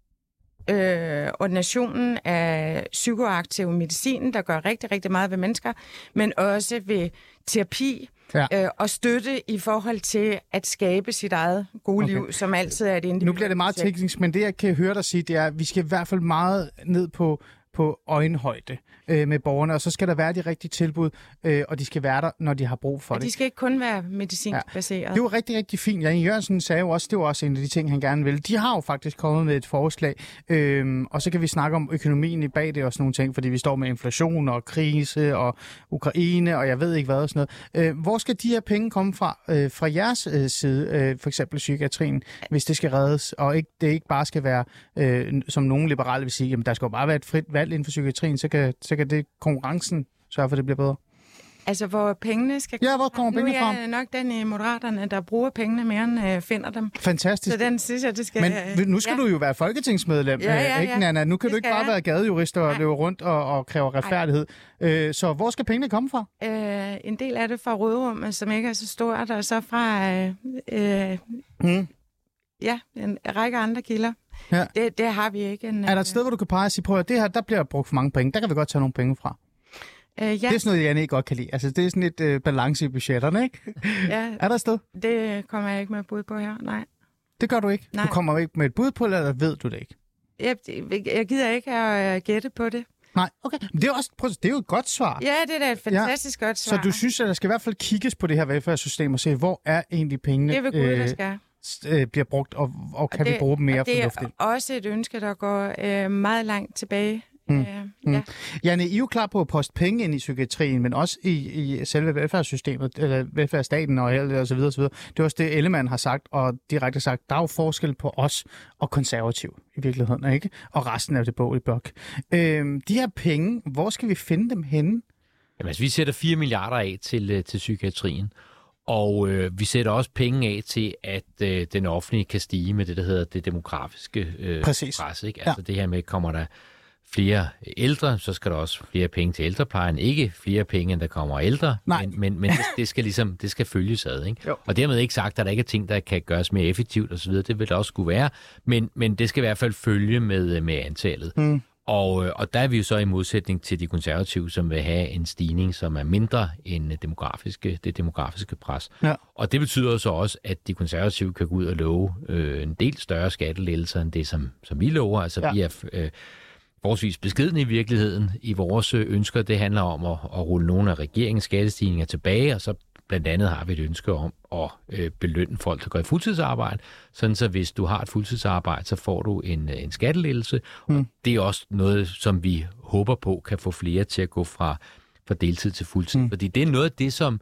øh, ordinationen af psykoaktiv medicin, der gør rigtig, rigtig meget ved mennesker, men også ved terapi, ja. øh, og støtte i forhold til at skabe sit eget gode okay. liv, som altid er et individuelt. Nu bliver det meget teknisk, men det jeg kan høre dig sige, det er, at vi skal i hvert fald meget ned på på øjenhøjde øh, med borgerne, og så skal der være de rigtige tilbud, øh, og de skal være der, når de har brug for og det. De skal ikke kun være medicinsk ja. baseret. Det var rigtig, rigtig fint. Jan Jørgensen sagde jo også, det var også en af de ting, han gerne ville. De har jo faktisk kommet med et forslag, øh, og så kan vi snakke om økonomien i bag det og sådan nogle ting, fordi vi står med inflation og krise og Ukraine, og jeg ved ikke hvad og sådan noget. Øh, hvor skal de her penge komme fra, øh, fra jeres øh, side, øh, for eksempel psykiatrien, hvis det skal reddes, og ikke, det ikke bare skal være, øh, som nogle liberale vil sige, jamen der skal jo bare være et frit valg inden for psykiatrien, så kan, så kan det konkurrencen sørge for, at det bliver bedre. Altså, hvor pengene skal... Ja, hvor kommer pengene fra? Nu er jeg nok den i Moderaterne, der bruger pengene mere end øh, finder dem. Fantastisk. Så den synes jeg, det skal... Men nu skal ja. du jo være folketingsmedlem, ja, ja, ja. ikke, Nanna? Nu kan det du ikke bare jeg. være gadejurist og løbe rundt og, og kræve retfærdighed. Øh, så hvor skal pengene komme fra? Øh, en del af det fra råderummet, som ikke er så stort, og så fra... Øh, øh, hmm. Ja, en række andre kilder. Ja. Det, det har vi ikke. En, er der et sted, hvor du kan pege og sige, prøv at det her, der bliver brugt for mange penge. Der kan vi godt tage nogle penge fra. Øh, ja. Det er sådan noget, Janne ikke godt kan lide. Altså, det er sådan et øh, balance i budgetterne, ikke? Ja, er der et sted? Det kommer jeg ikke med et bud på her, nej. Det gør du ikke? Nej. Du kommer ikke med et bud på, eller ved du det ikke? Jeg, jeg gider ikke at gætte på det. Nej, okay. Men det er, også, prøv, det er jo et godt svar. Ja, det er da et fantastisk ja. godt svar. Så du synes, at der skal i hvert fald kigges på det her velfærdssystem og se, hvor er egentlig pengene? Det er ved Gud, der skal. Øh, bliver brugt, og, og kan og det, vi bruge dem mere fornuftigt? Det er også et ønske, der går øh, meget langt tilbage. Mm. Øh, mm. ja. Janne, I er jo klar på at poste penge ind i psykiatrien, men også i, i selve velfærdssystemet, eller velfærdsstaten og, og så videre, og så videre. Det er også det, Ellemann har sagt, og direkte sagt, der er jo forskel på os og konservativ i virkeligheden, ikke? Og resten af det bog i blok. Øh, de her penge, hvor skal vi finde dem henne? Jamen, altså, vi sætter fire milliarder af til, til psykiatrien. Og øh, vi sætter også penge af til, at øh, den offentlige kan stige med det, der hedder det demografiske øh, pres. Ikke? Altså ja. Det her med, kommer der flere ældre, så skal der også flere penge til ældreplejen. Ikke flere penge, end der kommer ældre, Nej. men, men, men det, det skal ligesom det skal følges ad. Ikke? Og dermed ikke sagt, at der ikke er ting, der kan gøres mere effektivt osv. Det vil der også skulle være, men, men det skal i hvert fald følge med, med antallet. Mm. Og, og der er vi jo så i modsætning til de konservative, som vil have en stigning, som er mindre end demografiske, det demografiske pres. Ja. Og det betyder så også, at de konservative kan gå ud og love øh, en del større skattelettelser end det, som, som vi lover. Altså ja. vi er øh, forholdsvis beskedne i virkeligheden i vores ønsker. Det handler om at, at rulle nogle af regeringens skattestigninger tilbage, og så blandt andet har vi et ønske om at øh, belønne folk, der går i fuldtidsarbejde, sådan så hvis du har et fuldtidsarbejde, så får du en, en skattelettelse. Mm. Og det er også noget, som vi håber på kan få flere til at gå fra, fra deltid til fuldtid. Mm. Fordi det er noget af det, som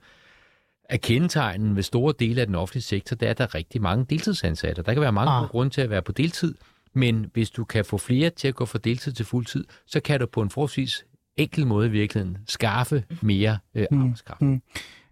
er kendetegnen ved store dele af den offentlige sektor, det er, at der er rigtig mange deltidsansatte. Der kan være mange ah. grunde til at være på deltid, men hvis du kan få flere til at gå fra deltid til fuldtid, så kan du på en forholdsvis enkel måde i virkeligheden skaffe mere øh, mm. arbejdskraft. Mm.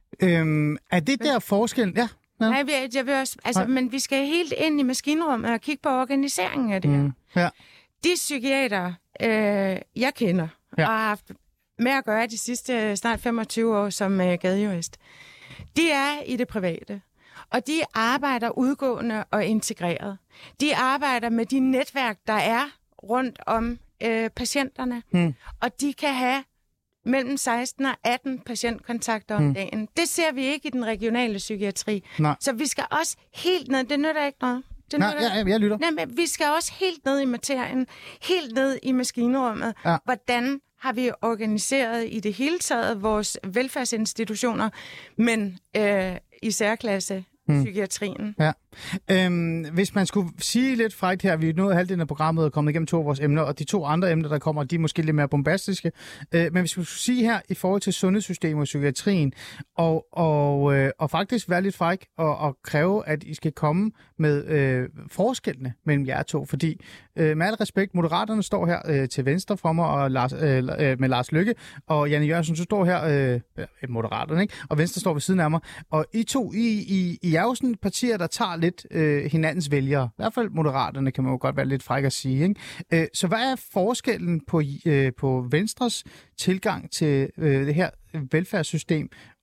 Øhm, er det der forskel? Ja. ja. Nej, jeg vil også, altså, men vi skal helt ind i maskinrummet og kigge på organiseringen af det her. Mm. Ja. De psykiater, øh, jeg kender, ja. og har haft med at gøre de sidste snart femogtyve år som øh, gadejurist, de er i det private. Og de arbejder udgående og integreret. De arbejder med de netværk, der er rundt om øh, patienterne. Mm. Og de kan have mellem seksten og atten patientkontakter om mm. dagen. Det ser vi ikke i den regionale psykiatri. Nej. Så vi skal også helt ned. Det nytter ikke noget. Det Nej, nytter... ja, jeg lytter. Nej, men vi skal også helt ned i materien. Helt ned i maskinrummet. Ja. Hvordan har vi organiseret i det hele taget vores velfærdsinstitutioner, men øh, i særklasse mm. psykiatrien. Ja. Øhm, hvis man skulle sige lidt frækt her, vi er nået halvdelen af programmet og kommet igennem to af vores emner, og de to andre emner, der kommer, de er måske lidt mere bombastiske. Øh, men hvis vi skulle sige her i forhold til sundhedssystemet og psykiatrien, og, og, øh, og faktisk være lidt fræk og, og kræve, at I skal komme med øh, forskellene mellem jer to, fordi øh, med al respekt, Moderaterne står her øh, til venstre for mig og Lars, øh, øh, med Lars Løkke, og Janne Jørgensen, så står her, øh, Moderaterne, ikke? Og Venstre står ved siden af mig, og I to, I, I, I er jo sådan partier, der tager lidt øh, hinandens vælgere. I hvert fald Moderaterne kan man jo godt være lidt fræk at sige. Ikke? Øh, så hvad er forskellen på, øh, på Venstres tilgang til øh, det her velfærdssystem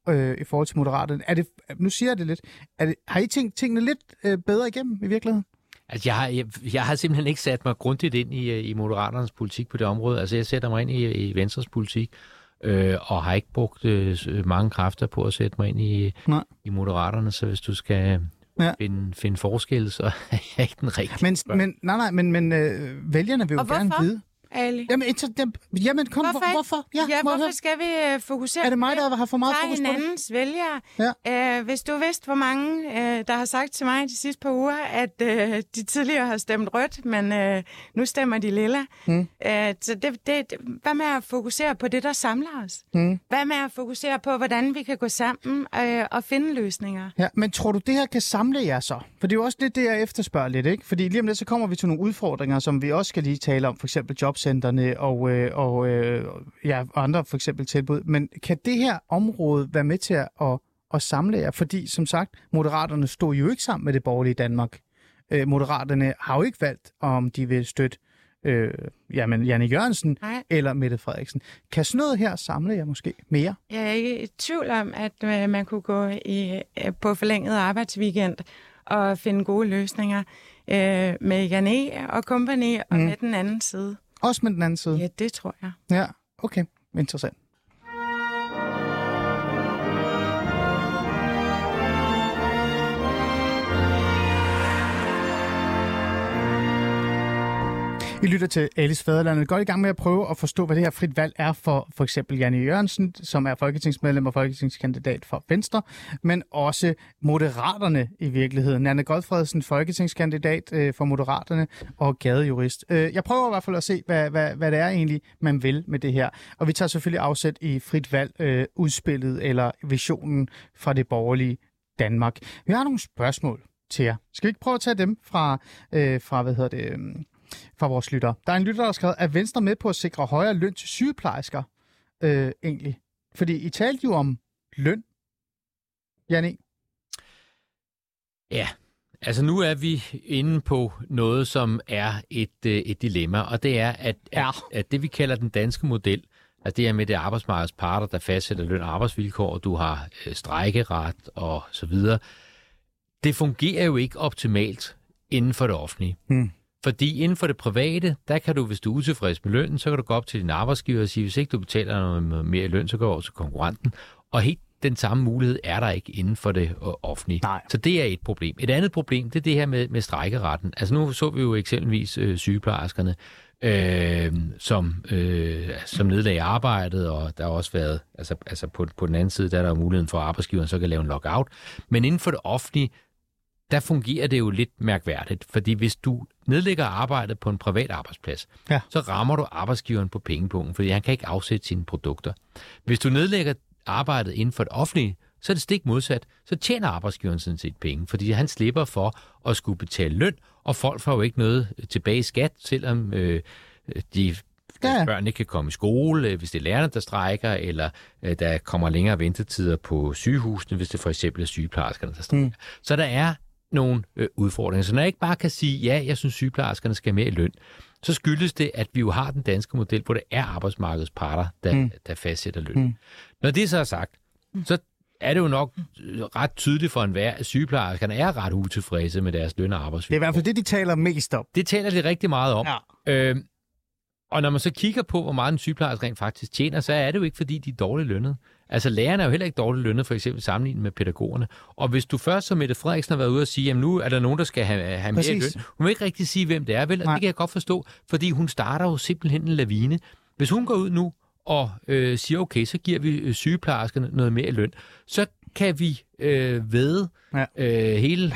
øh, i forhold til Moderaterne. Er det, nu siger jeg det lidt. Er det, har I tænkt tingene lidt øh, bedre igennem i virkeligheden? Altså, jeg har, jeg, jeg har simpelthen ikke sat mig grundigt ind i, i Moderaternes politik på det område. Altså, jeg sætter mig ind i, i Venstres politik, øh, og har ikke brugt øh, mange kræfter på at sætte mig ind i, i Moderaterne. Så hvis du skal ja. finde, finde forskel, så er jeg ikke den rigtige. Men, men, nej, nej, men, men øh, vælgerne vil jo gerne vide. Ali. Jamen, dem, jamen kom, hvorfor? hvorfor? Ja, ja hvorfor skal vi uh, fokusere? Er det mig, der har for meget fokus på det? hinandens vælgere. Ja. Uh, hvis du vidste, hvor mange, uh, der har sagt til mig de sidste par uger, at uh, de tidligere har stemt rødt, men uh, nu stemmer de lilla. Mm. Uh, så det, det, hvad med at fokusere på det, der samler os? Mm. Hvad med at fokusere på, hvordan vi kan gå sammen uh, og finde løsninger? Ja, men tror du, det her kan samle jer så? For det er jo også lidt det, jeg efterspørger lidt, ikke? Fordi lige om lidt, så kommer vi til nogle udfordringer, som vi også skal lige tale om, for eksempel jobcentrene og, øh, og øh, ja, andre for eksempel tilbud. Men kan det her område være med til at, at, at samle jer? Fordi som sagt, Moderaterne stod jo ikke sammen med det borgerlige Danmark. Øh, Moderaterne har jo ikke valgt, om de vil støtte øh, jamen, Janne Jørgensen Nej. eller Mette Frederiksen. Kan sådan noget her samle jer måske mere? Jeg er ikke i tvivl om, at øh, man kunne gå i, øh, på forlænget arbejdsweekend og finde gode løsninger øh, med Janne og company og mm. med den anden side. Også med den anden side? Ja, det tror jeg. Ja, okay. Interessant. I lytter til Alice Fædreland. Vi er godt i gang med at prøve at forstå, hvad det her frit valg er for for eksempel Janne Jørgensen, som er folketingsmedlem og folketingskandidat for Venstre, men også Moderaterne i virkeligheden. Nanna Godfredsen, folketingskandidat øh, for Moderaterne og gadejurist. Øh, jeg prøver i hvert fald at se, hvad, hvad, hvad det er egentlig, man vil med det her. Og vi tager selvfølgelig afsæt i frit valg, øh, udspillet eller visionen fra det borgerlige Danmark. Vi har nogle spørgsmål til jer. Skal vi ikke prøve at tage dem fra, øh, fra hvad hedder det... Øh, fra vores lytter. Der er en lytter, der har skrevet, er Venstre med på at sikre højere løn til sygeplejersker? Øh, egentlig. Fordi I talte jo om løn. Janne? Ja, altså nu er vi inde på noget, som er et, et dilemma, og det er, at, ja. at, at det vi kalder den danske model, altså det er med det arbejdsmarkedets parter, der fastsætter løn og arbejdsvilkår, og du har øh, strejkeret og så videre, det fungerer jo ikke optimalt inden for det offentlige. Hmm. Fordi inden for det private, der kan du, hvis du er utilfreds med lønnen, så kan du gå op til din arbejdsgiver og sige, hvis ikke du betaler noget mere i løn, så går du over til konkurrenten. Og helt den samme mulighed er der ikke inden for det offentlige. Nej. Så det er et problem. Et andet problem, det er det her med, med strejkeretten. Altså nu så vi jo eksempelvis øh, sygeplejerskerne, øh, som, øh, som nedlagde arbejdet, og der har også været, altså, altså på, på den anden side, der er der muligheden for, at arbejdsgiveren så kan lave en lockout. Men inden for det offentlige, der fungerer det jo lidt mærkværdigt, fordi hvis du nedlægger arbejdet på en privat arbejdsplads, ja. så rammer du arbejdsgiveren på pengepunkten, fordi han kan ikke afsætte sine produkter. Hvis du nedlægger arbejdet inden for det offentlige, så er det stik modsat. Så tjener arbejdsgiveren sådan set penge, fordi han slipper for at skulle betale løn, og folk får jo ikke noget tilbage i skat, selvom øh, de ja. børn ikke kan komme i skole, hvis det er lærerne, der strejker, eller øh, der kommer længere ventetider på sygehusene, hvis det for eksempel er sygeplejerskerne, der strejker. Mm. Så der er nogle øh, udfordringer. Så når jeg ikke bare kan sige, ja, jeg synes, sygeplejerskerne skal mere i løn, så skyldes det, at vi jo har den danske model, hvor det er arbejdsmarkedets parter, der, mm. der fastsætter løn. Mm. Når det så er sagt, så er det jo nok ret tydeligt for enhver, at sygeplejerskerne er ret utilfredse med deres løn og arbejdsvilkår. Det er i hvert fald det, de taler mest om. Det taler de rigtig meget om. Ja. Øh, og når man så kigger på, hvor meget en sygeplejerske rent faktisk tjener, så er det jo ikke, fordi de er dårligt lønnet. Altså lærerne er jo heller ikke dårligt lønnet, for eksempel sammenlignet med pædagogerne. Og hvis du først som Mette Frederiksen har været ude og sige, jamen nu er der nogen, der skal have, have mere løn. Hun vil ikke rigtig sige, hvem det er, vel? Og det kan jeg godt forstå, fordi hun starter jo simpelthen en lavine. Hvis hun går ud nu og øh, siger, okay, så giver vi sygeplejerskerne noget mere løn, så kan vi øh, ved ja. øh, hele,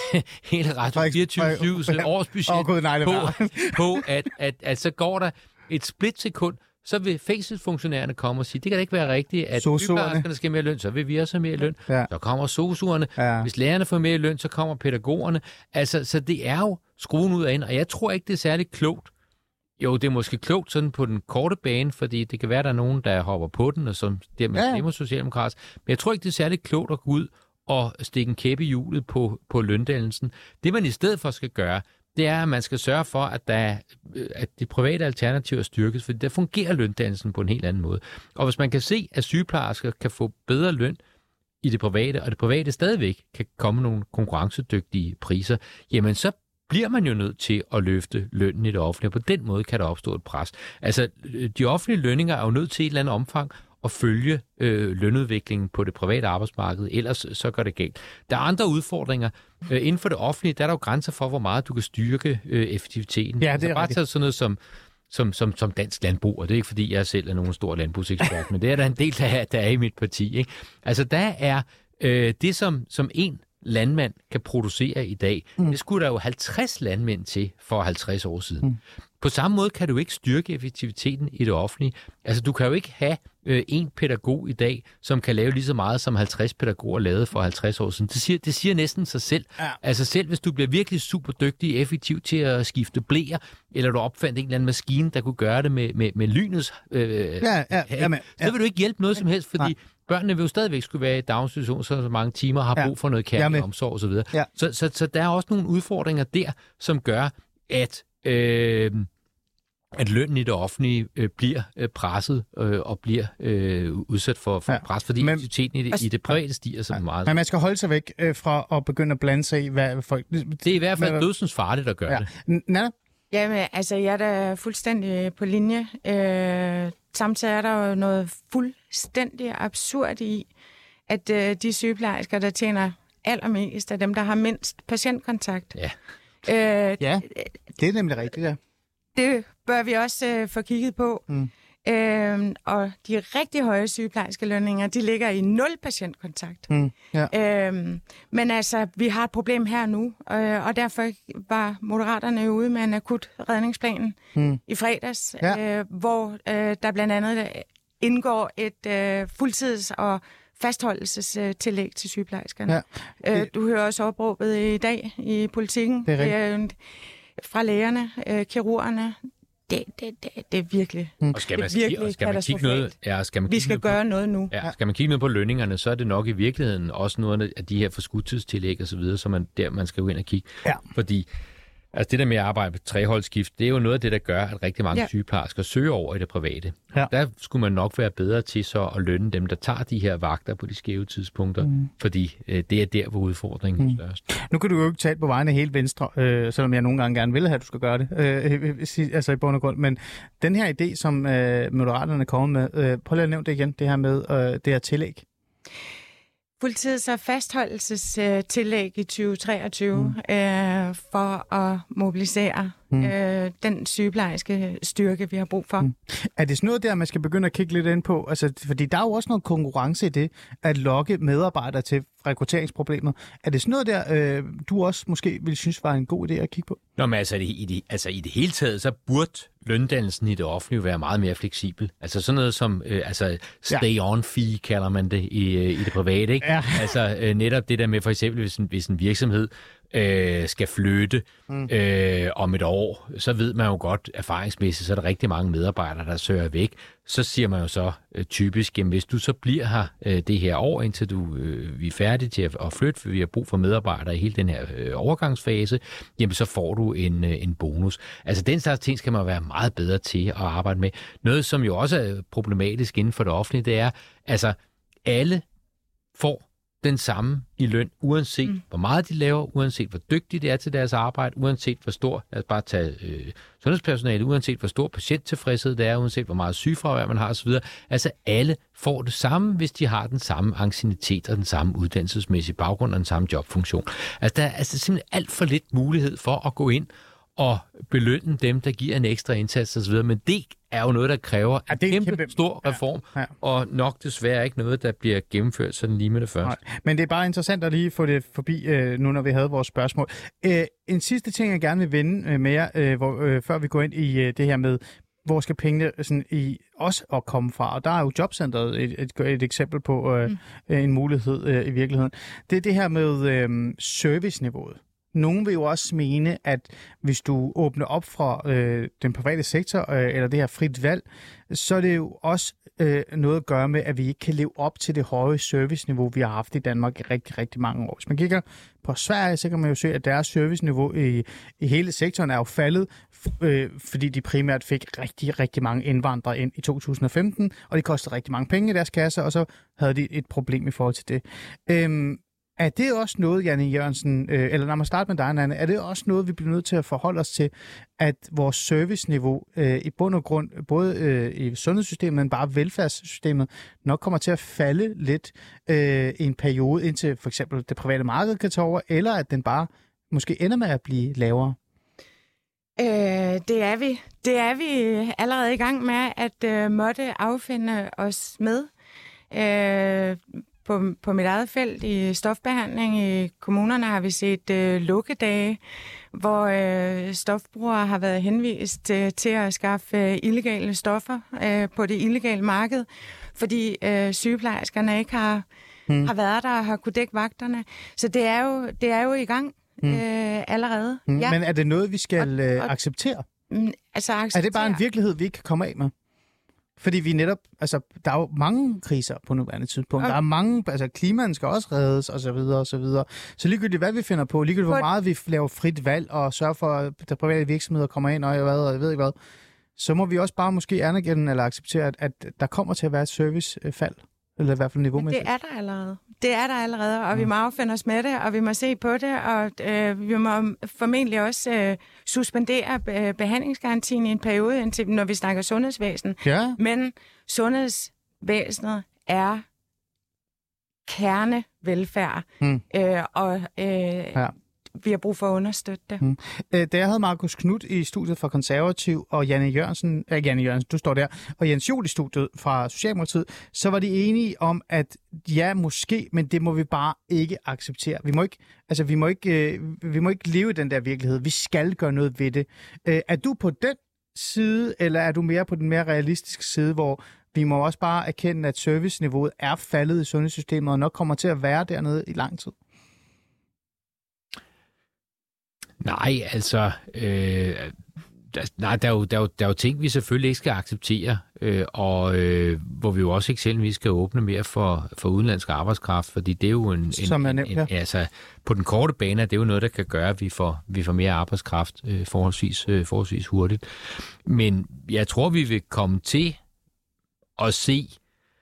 hele Radio fireogtyve syv's årsbudget oh, God, nej, på, på at, at, at så går der et splitsekund, så vil fængselsfunktionærerne komme og sige, det kan da ikke være rigtigt, at sygeplejerskerne skal have mere løn, så vil vi også have mere løn. Ja. Så kommer sosuerne. Ja. Hvis lærerne får mere løn, så kommer pædagogerne. Altså, så det er jo skruen ud af ind, og jeg tror ikke, det er særlig klogt. Jo, det er måske klogt sådan på den korte bane, fordi det kan være, der er nogen, der hopper på den, og som dermed ja. stemmer socialdemokratisk. Men jeg tror ikke, det er særlig klogt at gå ud og stikke en kæppe i hjulet på, på løndannelsen. Det, man i stedet for skal gøre, det er, at man skal sørge for, at, der, at de private alternativer styrkes, for der fungerer løndannelsen på en helt anden måde. Og hvis man kan se, at sygeplejersker kan få bedre løn i det private, og det private stadigvæk kan komme nogle konkurrencedygtige priser, jamen så bliver man jo nødt til at løfte lønnen i det offentlige, og på den måde kan der opstå et pres. Altså, de offentlige lønninger er jo nødt til i et eller andet omfang at følge øh, lønudviklingen på det private arbejdsmarked, ellers så går det galt. Der er andre udfordringer. Øh, inden for det offentlige, der er der jo grænser for, hvor meget du kan styrke øh, effektiviteten. Ja, det er altså, bare rigtigt. tage sådan noget som Som, som, som dansk landbrug, og det er ikke fordi, jeg selv er nogen stor landbrugsekspert, men det er der en del, der er, der er i mit parti. Ikke? Altså, der er øh, det, som, som en landmand kan producere i dag, mm. det skulle der jo halvtreds landmænd til for halvtreds år siden. Mm. På samme måde kan du ikke styrke effektiviteten i det offentlige. Altså, du kan jo ikke have øh, en pædagog i dag, som kan lave lige så meget, som halvtreds pædagoger lavede for halvtreds år siden. Det siger, det siger næsten sig selv. Ja. Altså, selv hvis du bliver virkelig super dygtig og effektiv til at skifte bleer, eller du opfandt en eller anden maskine, der kunne gøre det med, med, med lynets øh, ja, ja, ja, men, ja. så vil du ikke hjælpe noget som helst, fordi Nej. børnene vil jo stadigvæk skulle være i daginstitution, så, så mange timer har brug for noget kærlig omsorg osv. Ja. Så, så, så der er også nogle udfordringer der, som gør, at Øh, at lønnen i det offentlige øh, bliver øh, presset øh, og bliver øh, udsat for, for ja. pres, fordi effektiviteten i det, i det private stiger så ja. meget. Men man skal holde sig væk øh, fra at begynde at blande sig i, hvad folk... Det er i hvert fald dødsens farligt at gøre ja. det. Nana? Jamen, altså, jeg er da fuldstændig på linje. Øh, samtidig er der jo noget fuldstændig absurd i, at øh, de sygeplejersker, der tjener allermest, er dem, der har mindst patientkontakt. Ja. Øh, ja, det er nemlig rigtigt, ja. Det bør vi også øh, få kigget på. Mm. Øhm, og de rigtig høje sygeplejerske lønninger, de ligger i nul patientkontakt. Mm. Ja. Øhm, men altså, vi har et problem her nu, øh, og derfor var Moderaterne ude med en akut redningsplan mm. i fredags, ja. øh, hvor øh, der blandt andet indgår et øh, fuldtids- og fastholdelsestillæg til sygeplejerskerne. Ja. Øh, du hører også opråbet i dag i Politikken. Det er øh, fra lægerne, øh, kirurgerne. Det, det, det, det er virkelig, mm. og skal man, det er virkelig og skal man kigge noget, ja, skal man Vi skal gøre på, noget nu. Ja, skal man kigge noget på lønningerne, så er det nok i virkeligheden også noget af de her forskudstidstillæg og så videre, så man der man skal gå ind og kigge. Ja. Fordi altså det der med at arbejde på treholdsskift, det er jo noget af det, der gør, at rigtig mange ja. sygeplejersker søger over i det private. Ja. Der skulle man nok være bedre til så at lønne dem, der tager de her vagter på de skæve tidspunkter, mm. fordi øh, det er der, hvor udfordringen er mm. størst. Nu kan du jo ikke tale på vegne af hele Venstre, øh, selvom jeg nogle gange gerne vil have, at du skal gøre det, øh, altså i bund og grund. Men den her idé, som øh, Moderaterne kommer med, øh, prøv lige at nævne det igen, det her med øh, det her tillæg. Fuldtids- og fastholdelsestillæg i tyve treogtyve mm. øh, for at mobilisere mm. øh, den sygeplejerske styrke, vi har brug for. Mm. Er det sådan noget der, man skal begynde at kigge lidt ind på? Altså, fordi der er jo også noget konkurrence i det, at lokke medarbejdere til rekrutteringsproblemer. Er det sådan noget der, øh, du også måske ville synes var en god idé at kigge på? Nå, men altså i det, altså i det hele taget, så burde løndannelsen i det offentlige være meget mere fleksibel. Altså sådan noget som øh, altså stay-on-fee, kalder man det i, øh, i det private, ikke? Ja. Altså øh, netop det der med for eksempel, hvis en, hvis en virksomhed øh, skal flytte mm. øh, om et år, så ved man jo godt erfaringsmæssigt, så er der rigtig mange medarbejdere, der søger væk. Så siger man jo så øh, typisk, jamen hvis du så bliver her øh, det her år, indtil du øh, vi er færdige til at, at flytte, for vi har brug for medarbejdere i hele den her øh, overgangsfase, jamen så får du en, øh, en bonus. Altså den slags ting skal man være meget bedre til at arbejde med. Noget, som jo også er problematisk inden for det offentlige, det er, altså alle får den samme i løn, uanset mm. hvor meget de laver, uanset hvor dygtige de er til deres arbejde, uanset hvor stor, lad os bare tage øh, sundhedspersonale, uanset hvor stor patienttilfredshed det er, uanset hvor meget sygefravær man har osv. Altså alle får det samme, hvis de har den samme anciennitet og den samme uddannelsesmæssige baggrund og den samme jobfunktion. Altså der er altså simpelthen alt for lidt mulighed for at gå ind og belønne dem, der giver en ekstra indsats osv., men det er jo noget, der kræver ja, en kæmpe, kæmpe stor reform, ja, ja. og nok desværre ikke noget, der bliver gennemført sådan lige med det første. Nej. Men det er bare interessant at lige få det forbi, øh, nu når vi havde vores spørgsmål. Æ, en sidste ting, jeg gerne vil vende øh, med jer, øh, hvor, øh, før vi går ind i øh, det her med, hvor skal pengene sådan, i os at komme fra? Og der er jo Jobcentret et, et, et eksempel på øh, mm. en mulighed øh, i virkeligheden. Det er det her med øh, serviceniveauet. nogen vil jo også mene, at hvis du åbner op fra øh, den private sektor, øh, eller det her frit valg, så er det jo også øh, noget at gøre med, at vi ikke kan leve op til det høje serviceniveau, vi har haft i Danmark i rigtig, rigtig mange år. Hvis man kigger på Sverige, så kan man jo se, at deres serviceniveau i, i hele sektoren er jo faldet, øh, fordi de primært fik rigtig, rigtig mange indvandrere ind i to tusind og femten, og det kostede rigtig mange penge i deres kasser, og så havde de et problem i forhold til det. Øhm, Er det også noget, Janne Jørgensen, øh, eller lad mig starte med dig, Nanne, er det også noget, vi bliver nødt til at forholde os til, at vores serviceniveau øh, i bund og grund, både øh, i sundhedssystemet, men bare velfærdssystemet, nok kommer til at falde lidt øh, i en periode, indtil for eksempel det private marked kan tage over, eller at den bare måske ender med at blive lavere? Øh, det er vi. Det er vi allerede i gang med at øh, måtte affinde os med. Øh, På, på mit eget felt i stofbehandling i kommunerne har vi set øh, lukkedage, hvor øh, stofbrugere har været henvist øh, til at skaffe øh, illegale stoffer øh, på det illegale marked, fordi øh, sygeplejerskerne ikke har, hmm. har været der og har kunne dække vagterne. Så det er jo, det er jo i gang hmm. øh, allerede. Hmm. Ja. Men er det noget, vi skal og, og, acceptere? Mm, altså acceptere? Er det bare en virkelighed, vi ikke kan komme af med? Fordi vi netop, altså, der er jo mange kriser på nuværende tidspunkt. Okay. Der er mange, altså, klimaet skal også reddes, og så videre, og så videre. Så ligegyldigt, hvad vi finder på, ligegyldigt, hvor meget vi laver frit valg, og sørger for, at der private virksomheder kommer ind, og jeg, hvad, og jeg ved ikke hvad, så må vi også bare måske anerkende eller acceptere, at, at der kommer til at være et servicefald, eller i hvert fald niveaumæssigt. Det er der allerede. Det er der allerede, og mm. vi må affinde os med det, og vi må se på det, og øh, vi må formentlig også øh, suspendere øh, behandlingsgarantien i en periode, indtil, når vi snakker sundhedsvæsen. Ja. Men sundhedsvæsenet er kernevelfærd, mm. øh, og øh, ja. vi har brug for at understøtte det. Mm. Da jeg havde Marcus Knudt i studiet fra Konservativ, og Janne Jørgensen, øh, Janne Jørgensen, du står der, og Jens Joel i studiet fra Socialdemokratiet, så var de enige om, at ja, måske, men det må vi bare ikke acceptere. Vi må ikke, altså, vi må ikke, øh, vi må ikke leve i den der virkelighed. Vi skal gøre noget ved det. Øh, er du på den side, eller er du mere på den mere realistiske side, hvor vi må også bare erkende, at serviceniveauet er faldet i sundhedssystemet, og nok kommer til at være dernede i lang tid? Nej, altså, øh, der, nej, der, er jo, der, er jo, der er jo ting, vi selvfølgelig ikke skal acceptere, øh, og øh, hvor vi jo også eksempelvis skal åbne mere for, for udenlandsk arbejdskraft, fordi det er jo en... en Som er nemt, ja. En, altså, på den korte bane er det jo noget, der kan gøre, at vi får, vi får mere arbejdskraft øh, forholdsvis, øh, forholdsvis hurtigt. Men jeg tror, vi vil komme til at se,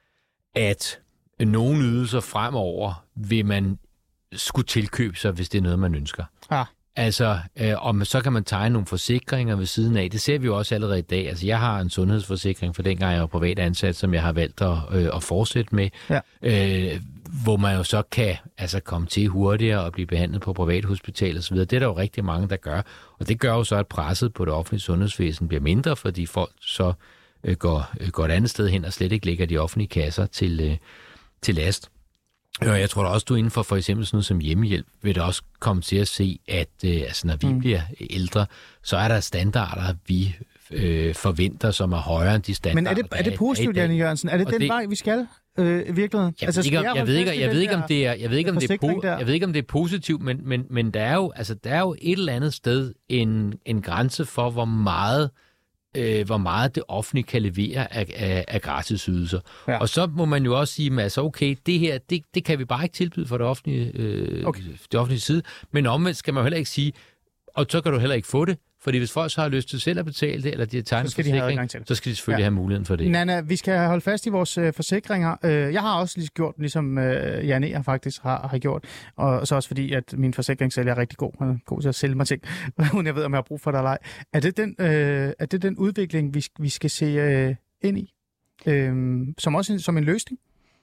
at nogle ydelser fremover vil man skulle tilkøbe sig, hvis det er noget, man ønsker. Ja. Altså, øh, og så kan man tegne nogle forsikringer ved siden af. Det ser vi jo også allerede i dag. Altså, jeg har en sundhedsforsikring for dengang jeg var privat ansat, som jeg har valgt at, øh, at fortsætte med. Ja. Øh, hvor man jo så kan altså, komme til hurtigere og blive behandlet på privathospital og så videre. Det er der jo rigtig mange, der gør. Og det gør jo så, at presset på det offentlige sundhedsvæsen bliver mindre, fordi folk så øh, går, øh, går et andet sted hen og slet ikke lægger de offentlige kasser til, øh, til last. Og jeg tror da også, du inden for for eksempel sådan noget som hjemmehjælp, vil da også komme til at se, at øh, altså, når vi mm. bliver ældre, så er der standarder, vi øh, forventer, som er højere end de standarder. Men er det, er det positivt, Janne Jørgensen? Er det og den det, vej, vi skal øh, i virkeligheden? Jeg, altså, ikke, jeg, ved ikke, jeg ved ikke, om det er, jeg ved ikke, om det er, po- jeg ved ikke, om det er positivt, men, men, men der, er jo, altså, der er jo et eller andet sted en, en grænse for, hvor meget Øh, hvor meget det offentlige kan levere af, af, af gratisydelser. Ja. Og så må man jo også sige, altså okay, det her, det, det kan vi bare ikke tilbyde for det offentlige, øh, okay. det offentlige side, men omvendt skal man jo heller ikke sige, og så kan du heller ikke få det, fordi hvis folk så har lyst til selv at betale det, eller de har tegnet forsikring, så skal de selvfølgelig ja. have muligheden for det. Nanna, vi skal holde fast i vores øh, forsikringer. Øh, jeg har også lige gjort, ligesom øh, Janne har faktisk har, har gjort, og så også fordi, at min forsikringssælger er rigtig god. Han er god til at sælge mig ting, uden jeg ved, om jeg har brug for det eller ej. Er det den, øh, er det den udvikling, vi, vi skal se øh, ind i? Øh, som også en, som en løsning?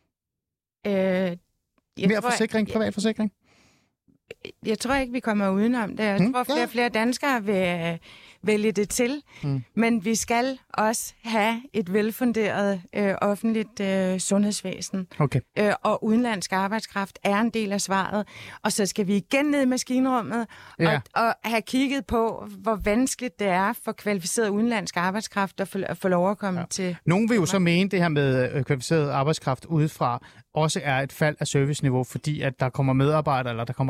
Øh, Mere tror, forsikring, privat forsikring? Jeg tror ikke, vi kommer udenom det. Jeg hmm, tror, flere og flere danskere vil uh, vælge det til. Hmm. Men vi skal også have et velfunderet uh, offentligt uh, sundhedsvæsen. Okay. Uh, og udenlandsk arbejdskraft er en del af svaret. Og så skal vi igen ned i maskinrummet ja. og, og have kigget på, hvor vanskeligt det er for kvalificeret udenlandsk arbejdskraft at få, at få lov at komme ja. til. Nogle vil jo så mene, det her med øh, kvalificeret arbejdskraft udefra også er et fald af serviceniveau, fordi at der kommer medarbejdere, eller der kommer arbejdere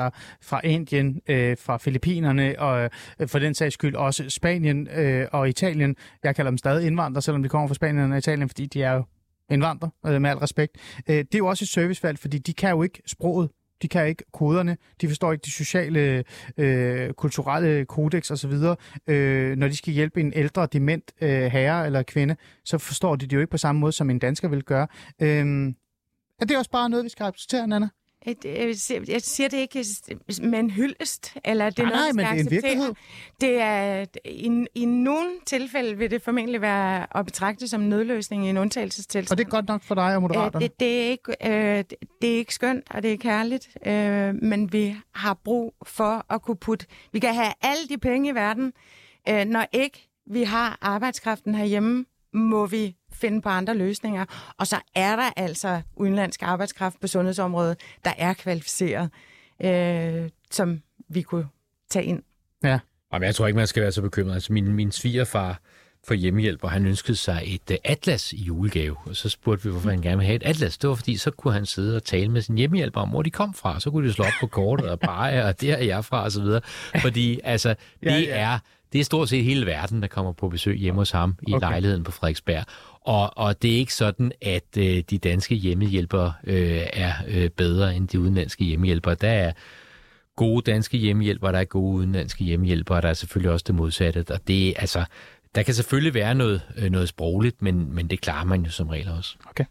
fra, fra Indien, øh, fra Filippinerne og øh, for den sags skyld også Spanien øh, og Italien. Jeg kalder dem stadig indvandrere, selvom de kommer fra Spanien og Italien, fordi de er jo indvandrere, øh, med al respekt. Øh, det er jo også et servicevalg, fordi de kan jo ikke sproget. De kan ikke koderne, de forstår ikke de sociale, øh, kulturelle kodex osv. Øh, når de skal hjælpe en ældre, dement øh, herre eller kvinde, så forstår de det jo ikke på samme måde, som en dansker vil gøre. Øh, er det også bare noget, vi skal acceptere, Nanna? Jeg siger det ikke med en hyldest, eller det er nej, noget, nej, men det er en virkelighed. Det er, i, I nogle tilfælde vil det formentlig være at betragte som en nødløsning i en undtagelsestilstand. Og det er godt nok for dig og Moderaterne? Det, det, er ikke, øh, det er ikke skønt, og det er ikke herligt, øh, men vi har brug for at kunne putte... Vi kan have alle de penge i verden. Øh, når ikke vi har arbejdskraften herhjemme, må vi finde på andre løsninger. Og så er der altså udenlandsk arbejdskraft på sundhedsområdet, der er kvalificeret, øh, som vi kunne tage ind. Ja. Jamen, jeg tror ikke, man skal være så bekymret. Altså, min, min svigerfar for hjemmehjælp, og han ønskede sig et uh, atlas i julegave. Og så spurgte vi, hvorfor han gerne ville have et atlas. Det var, fordi så kunne han sidde og tale med sin hjemmehjælper om, hvor de kom fra. Så kunne de slå op på kortet og bare, og der er jeg fra, og så videre. Fordi, altså, det ja, ja. er... Det er stort set hele verden, der kommer på besøg hjemme hos ham i okay. lejligheden på Frederiksberg. Og, og det er ikke sådan, at øh, de danske hjemmehjælpere øh, er øh, bedre end de udenlandske hjemmehjælpere. Der er gode danske hjemmehjælpere, der er gode udenlandske hjemmehjælpere, der er selvfølgelig også det modsatte. Og det, altså, der kan selvfølgelig være noget, øh, noget sprogligt, men, men det klarer man jo som regel også. Okay.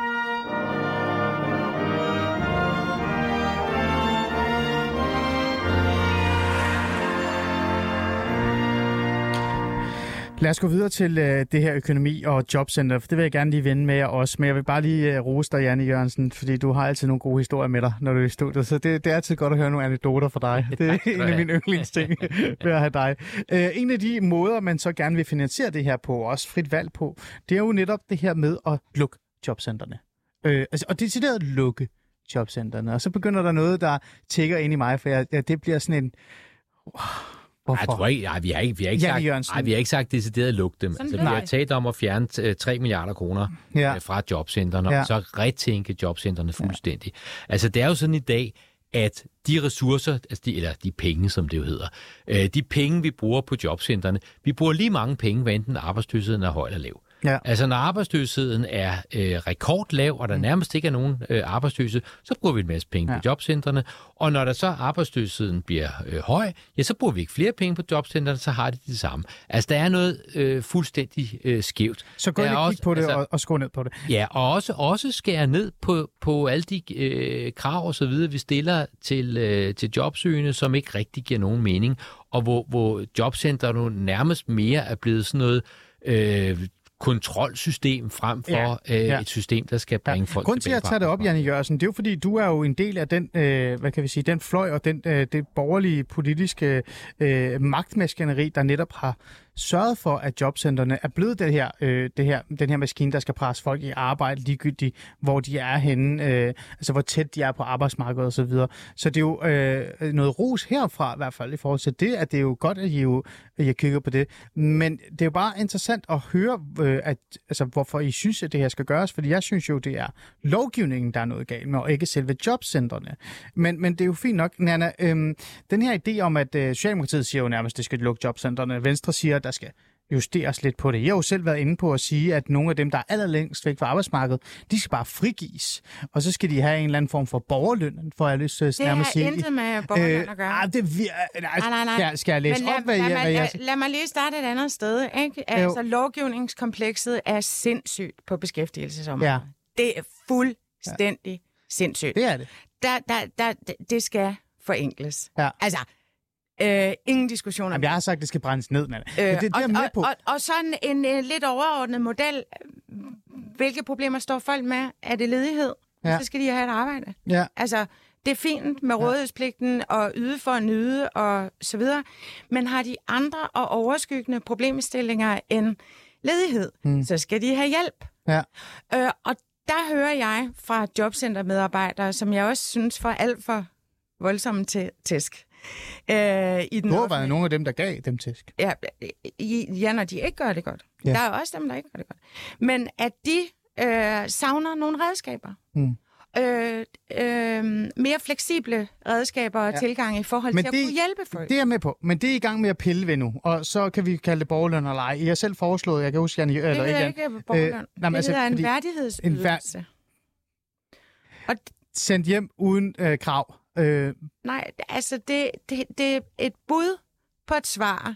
Lad os gå videre til øh, det her økonomi- og jobcenter, for det vil jeg gerne lige vende med jer også. Men jeg vil bare lige øh, rose dig, Janne Jørgensen, fordi du har altid nogle gode historier med dig, når du er i studiet. Så det, det er altid godt at høre nogle anekdoter fra dig. Det er en af mine yndlingsting ved at have dig. Øh, en af de måder, man så gerne vil finansiere det her på, også frit valg på, det er jo netop det her med at lukke jobcenterne. Øh, altså, og decideret lukke jobcenterne. Og så begynder der noget, der tækker ind i mig, for jeg, ja, det bliver sådan en... Uh, Ej, jeg tror ikke, ej, vi har ikke, vi har ikke sagt, ej, vi har ikke sagt decideret at lukke dem. Altså, vi har talt om at fjerne tre milliarder kroner ja. fra jobcentrene, ja. og så retænke jobcentrene fuldstændig. Ja. Altså, det er jo sådan i dag, at de ressourcer, altså de, eller de penge, som det jo hedder, øh, de penge, vi bruger på jobcentrene, vi bruger lige mange penge, hvad enten arbejdsløsheden er høj eller lav. Ja. Altså, når arbejdsløsheden er øh, rekordlav, og der nærmest ikke er nogen øh, arbejdsløse, så bruger vi en masse penge ja. på jobcentrene. Og når der så arbejdsløsheden bliver øh, høj, ja, så bruger vi ikke flere penge på jobcentrene, så har de det samme. Altså, der er noget øh, fuldstændig øh, skævt. Så gå ind og kig på det altså, og, og skå ned på det. Ja, og også, også skære ned på, på alle de øh, krav og så videre, vi stiller til, øh, til jobsøgende, som ikke rigtig giver nogen mening, og hvor, hvor jobcentrene nu nærmest mere er blevet sådan noget... Øh, kontrolsystem frem for ja, ja. Øh, et system, der skal bringe ja. folk Grunden til at tage det op, Janne Jørgensen, det er jo fordi, du er jo en del af den, øh, hvad kan vi sige, den fløj og den, øh, det borgerlige politiske øh, magtmaskineri, der netop har sørget for, at jobcentrene er blevet det her, øh, det her, den her maskine, der skal presse folk i arbejde ligegyldigt, hvor de er henne, øh, altså hvor tæt de er på arbejdsmarkedet og så videre. Så det er jo øh, noget ros herfra, i hvert fald i forhold til det, at det er jo godt, at I jo at I kigger på det. Men det er jo bare interessant at høre, øh, at, altså, hvorfor I synes, at det her skal gøres, fordi jeg synes jo, det er lovgivningen, der er noget galt med, og ikke selve jobcentrene. Men, men det er jo fint nok, Nanna, øh, den her idé om, at øh, Socialdemokratiet siger jo nærmest, at det skal lukke jobcentrene. Venstre siger, at der skal justeres lidt på det. Jeg har jo selv været inde på at sige, at nogle af dem, der er allerlængst væk fra arbejdsmarkedet, de skal bare frigives. Og så skal de have en eller anden form for borgerløn, for jeg lyst til at nærmest sige. Det har intet med borgerløn at gøre. Øh, det vir- nej, nej, nej. Skal, skal jeg læse lad, op, hvad, lad, jeg, hvad lad, jeg... Lad mig lige starte et andet sted. Ikke? Altså, lovgivningskomplekset er sindssygt på beskæftigelsesområdet. Ja. Det er fuldstændig ja. sindssygt. Det er det. Der, der, der, det skal forenkles. Ja. Altså, Øh, ingen diskussioner. Jamen, jeg har sagt, at det skal brændes ned, Nanna. Øh, det, det er og, med på. Og, og, og sådan en, en lidt overordnet model. Hvilke problemer står folk med? Er det ledighed? Ja. Så skal de have et arbejde. Ja. Altså, det er fint med rådighedspligten og yde for at nyde og så videre. Men har de andre og overskyggende problemstillinger end ledighed, hmm. så skal de have hjælp. Ja. Øh, og der hører jeg fra jobcentermedarbejdere, som jeg også synes får alt for voldsomme t- tæsk. Øh, i den Hvor var der nogle af dem, der gav dem tæsk? Ja, ja, når de ikke gør det godt. Ja. Der er også dem, der ikke gør det godt. Men at de øh, savner nogle redskaber. Mm. øh, øh, mere fleksible redskaber og ja. tilgang i forhold Men til det, at kunne hjælpe folk. Det er jeg med på, men det er i gang med at pille ved nu, og så kan vi kalde det borgerløn eller ej. Jeg har selv foreslået, jeg kan huske, Janne... Det eller hedder ikke, ikke borgerløn. Øh, nej, det altså, hedder en fordi, værdighedsydelse. En vær... Sendt hjem uden øh, krav. Øh... Nej, altså det, det, det er et bud på et svar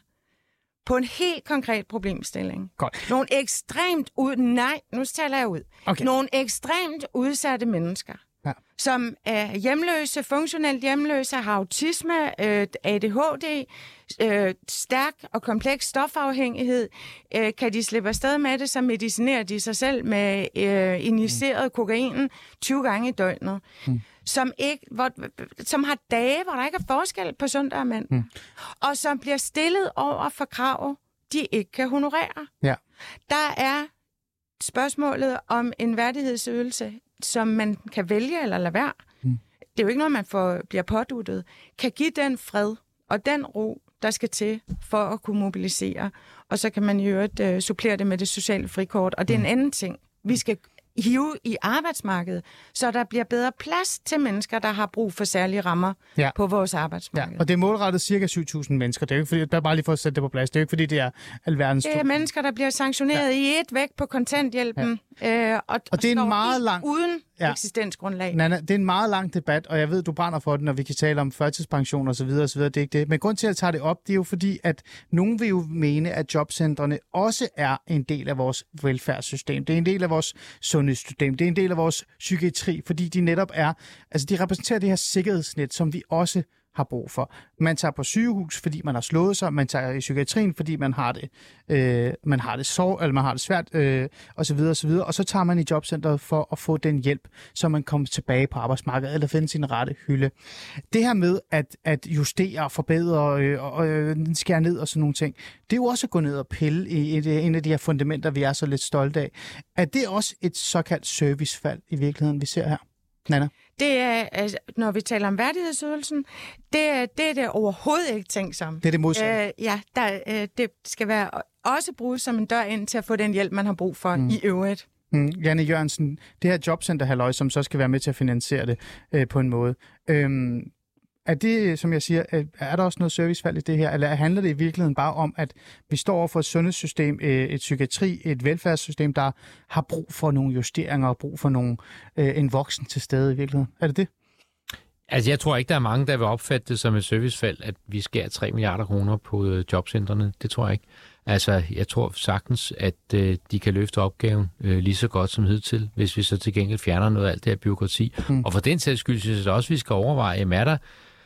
på en helt konkret problemstilling. Godt. Nogle ekstremt ud... Nej, nu taler jeg ud. Okay. Nogle ekstremt udsatte mennesker, ja. som er hjemløse, funktionelt hjemløse, har autisme, øh, A D H D, øh, stærk og kompleks stofafhængighed. Øh, kan de slippe afsted med det, så medicinerer de sig selv med øh, injiceret mm. kokain tyve gange i døgnet. Mm. Som, ikke, hvor, som har dage, hvor der ikke er forskel på søndag og mænd, mm. og som bliver stillet over for krav, de ikke kan honorere. Ja. Der er spørgsmålet om en værdighedsydelse, som man kan vælge eller lade være. Mm. Det er jo ikke noget, man får, bliver påduttet. Kan give den fred og den ro, der skal til for at kunne mobilisere. Og så kan man i øvrigt uh, supplere det med det sociale frikort. Og det er en anden ting. Vi skal hive i arbejdsmarkedet, så der bliver bedre plads til mennesker, der har brug for særlige rammer ja. på vores arbejdsmarked. Ja. Og det er målrettet cirka syv tusind mennesker. Det er jo ikke fordi, der er bare lige for at sætte det på plads. Det er jo ikke fordi, det er alverdens... Det er mennesker, der bliver sanktioneret ja. i et væk på kontanthjælpen. Ja. Øh, og, og det er en meget lang... uden ja. eksistensgrundlag. Nana, det er en meget lang debat, og jeg ved, du brænder for den, når vi kan tale om førtidspension og så videre, og så videre. Det er ikke det. Men grund til, at jeg tager det op, det er jo fordi, at nogen vil jo mene, at jobcentrene også er en del af vores velfærdssystem. Det er en del af vores sundhedssystem. Det er en del af vores psykiatri, fordi de netop er... Altså, de repræsenterer det her sikkerhedsnet, som vi også har brug for. Man tager på sygehus, fordi man har slået sig, man tager i psykiatrien, fordi man har det, øh, man har det sår, eller man har det svært, øh, og så videre, og så videre. Og så tager man i jobcentret for at få den hjælp, så man kommer tilbage på arbejdsmarkedet, eller finde sin rette hylde. Det her med at, at justere, forbedre, øh, og øh, skære ned og sådan nogle ting, det er jo også at gå ned og pille i et, en af de her fundamenter, vi er så lidt stolte af. Er det også et såkaldt servicefald i virkeligheden, vi ser her? Nana? Det er, altså, når vi taler om værdighedsydelsen, det er det, er det overhovedet ikke tænkt som. Det er det modsatte? Øh, ja, der, øh, det skal være også bruges som en dør ind til at få den hjælp, man har brug for mm. i øvrigt. Mm. Janne Jørgensen, det her jobcenter-halløj, som så skal være med til at finansiere det øh, på en måde. Øhm, er det, som jeg siger, er der også noget servicefald i det her, eller handler det i virkeligheden bare om, at vi står over for et sundhedssystem, et psykiatri, et velfærdssystem, der har brug for nogle justeringer og brug for nogle, øh, en voksen til stede i virkeligheden? Er det det? Altså, jeg tror ikke, der er mange, der vil opfatte det som et servicefald, at vi skærer tre milliarder kroner på øh, jobcentrene. Det tror jeg ikke. Altså, jeg tror sagtens, at øh, de kan løfte opgaven øh, lige så godt som hidtil, hvis vi så til gengæld fjerner noget af alt det her byråkrati. Mm. Og for den sags skyld synes jeg også, at vi skal overveje, jamen, er der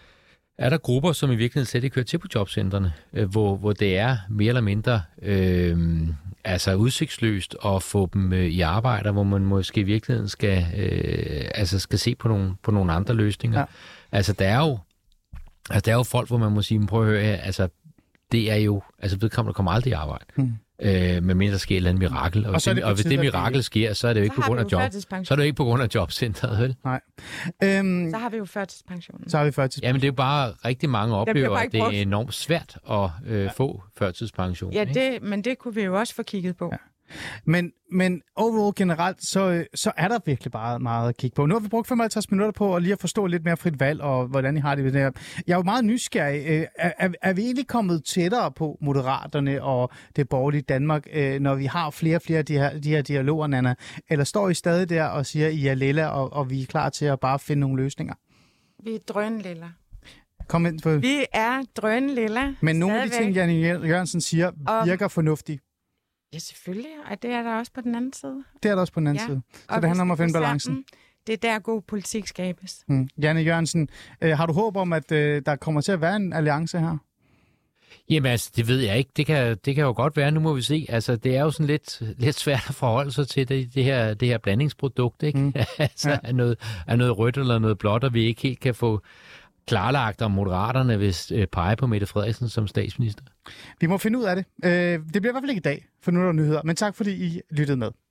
Er der grupper, som i virkeligheden slet ikke hører til på jobcentrene, øh, hvor, hvor det er mere eller mindre øh, altså udsigtsløst at få dem øh, i arbejde, hvor man måske i virkeligheden skal, øh, altså skal se på nogle, på nogle andre løsninger? Ja. Altså, der er jo, altså, der er jo folk, hvor man må sige, prøv at høre, altså, det er jo, altså vedkommende kommer aldrig i arbejde. Hmm. Øh, med mindre der sker et eller andet mirakel. Og, og, det, og hvis det mirakel sker, så er det jo ikke på grund af job. Så er det jo ikke på grund af jobcentret, vel? Nej. Øhm, så har vi jo førtidspensionen. Så har vi førtidspensionen. Jamen det er jo bare rigtig mange oplever, at det er enormt svært at øh, ja. få førtidspension. Ja, det, men det kunne vi jo også få kigget på. Ja. Men, men overall generelt, så, så er der virkelig bare meget at kigge på. Nu har vi brugt femoghalvtreds minutter på at lige at forstå lidt mere frit valg, og hvordan I har det ved det her. Jeg er jo meget nysgerrig. Er, er, er vi egentlig kommet tættere på Moderaterne og det borgerlige Danmark, når vi har flere og flere af de her, de her dialoger, Nana? Eller står I stadig der og siger, I er lilla, og, og vi er klar til at bare finde nogle løsninger? Vi er drønlilla. Kom ind på. Vi er drønlilla. Men nogle af de ting, Janne Jørgensen siger, virker um, fornuftige. Ja, selvfølgelig. Og det er der også på den anden side. Det er der også på den anden ja. side. Så og det handler om at finde balancen. Sammen, det er der god politik skabes. Mm. Janne Jørgensen, øh, har du håb om, at øh, der kommer til at være en alliance her? Jamen altså, det ved jeg ikke. Det kan, det kan jo godt være. Nu må vi se. Altså, det er jo sådan lidt, lidt svært at forholde sig til det, det, her, det her blandingsprodukt, ikke? Mm. altså, ja. er, noget, er noget rødt eller noget blåt, og vi ikke helt kan få klarlagt, om Moderaterne vil øh, pege på Mette Frederiksen som statsminister. Vi må finde ud af det. Øh, det bliver i hvert fald ikke i dag, for nu er der nyheder. Men tak, fordi I lyttede med.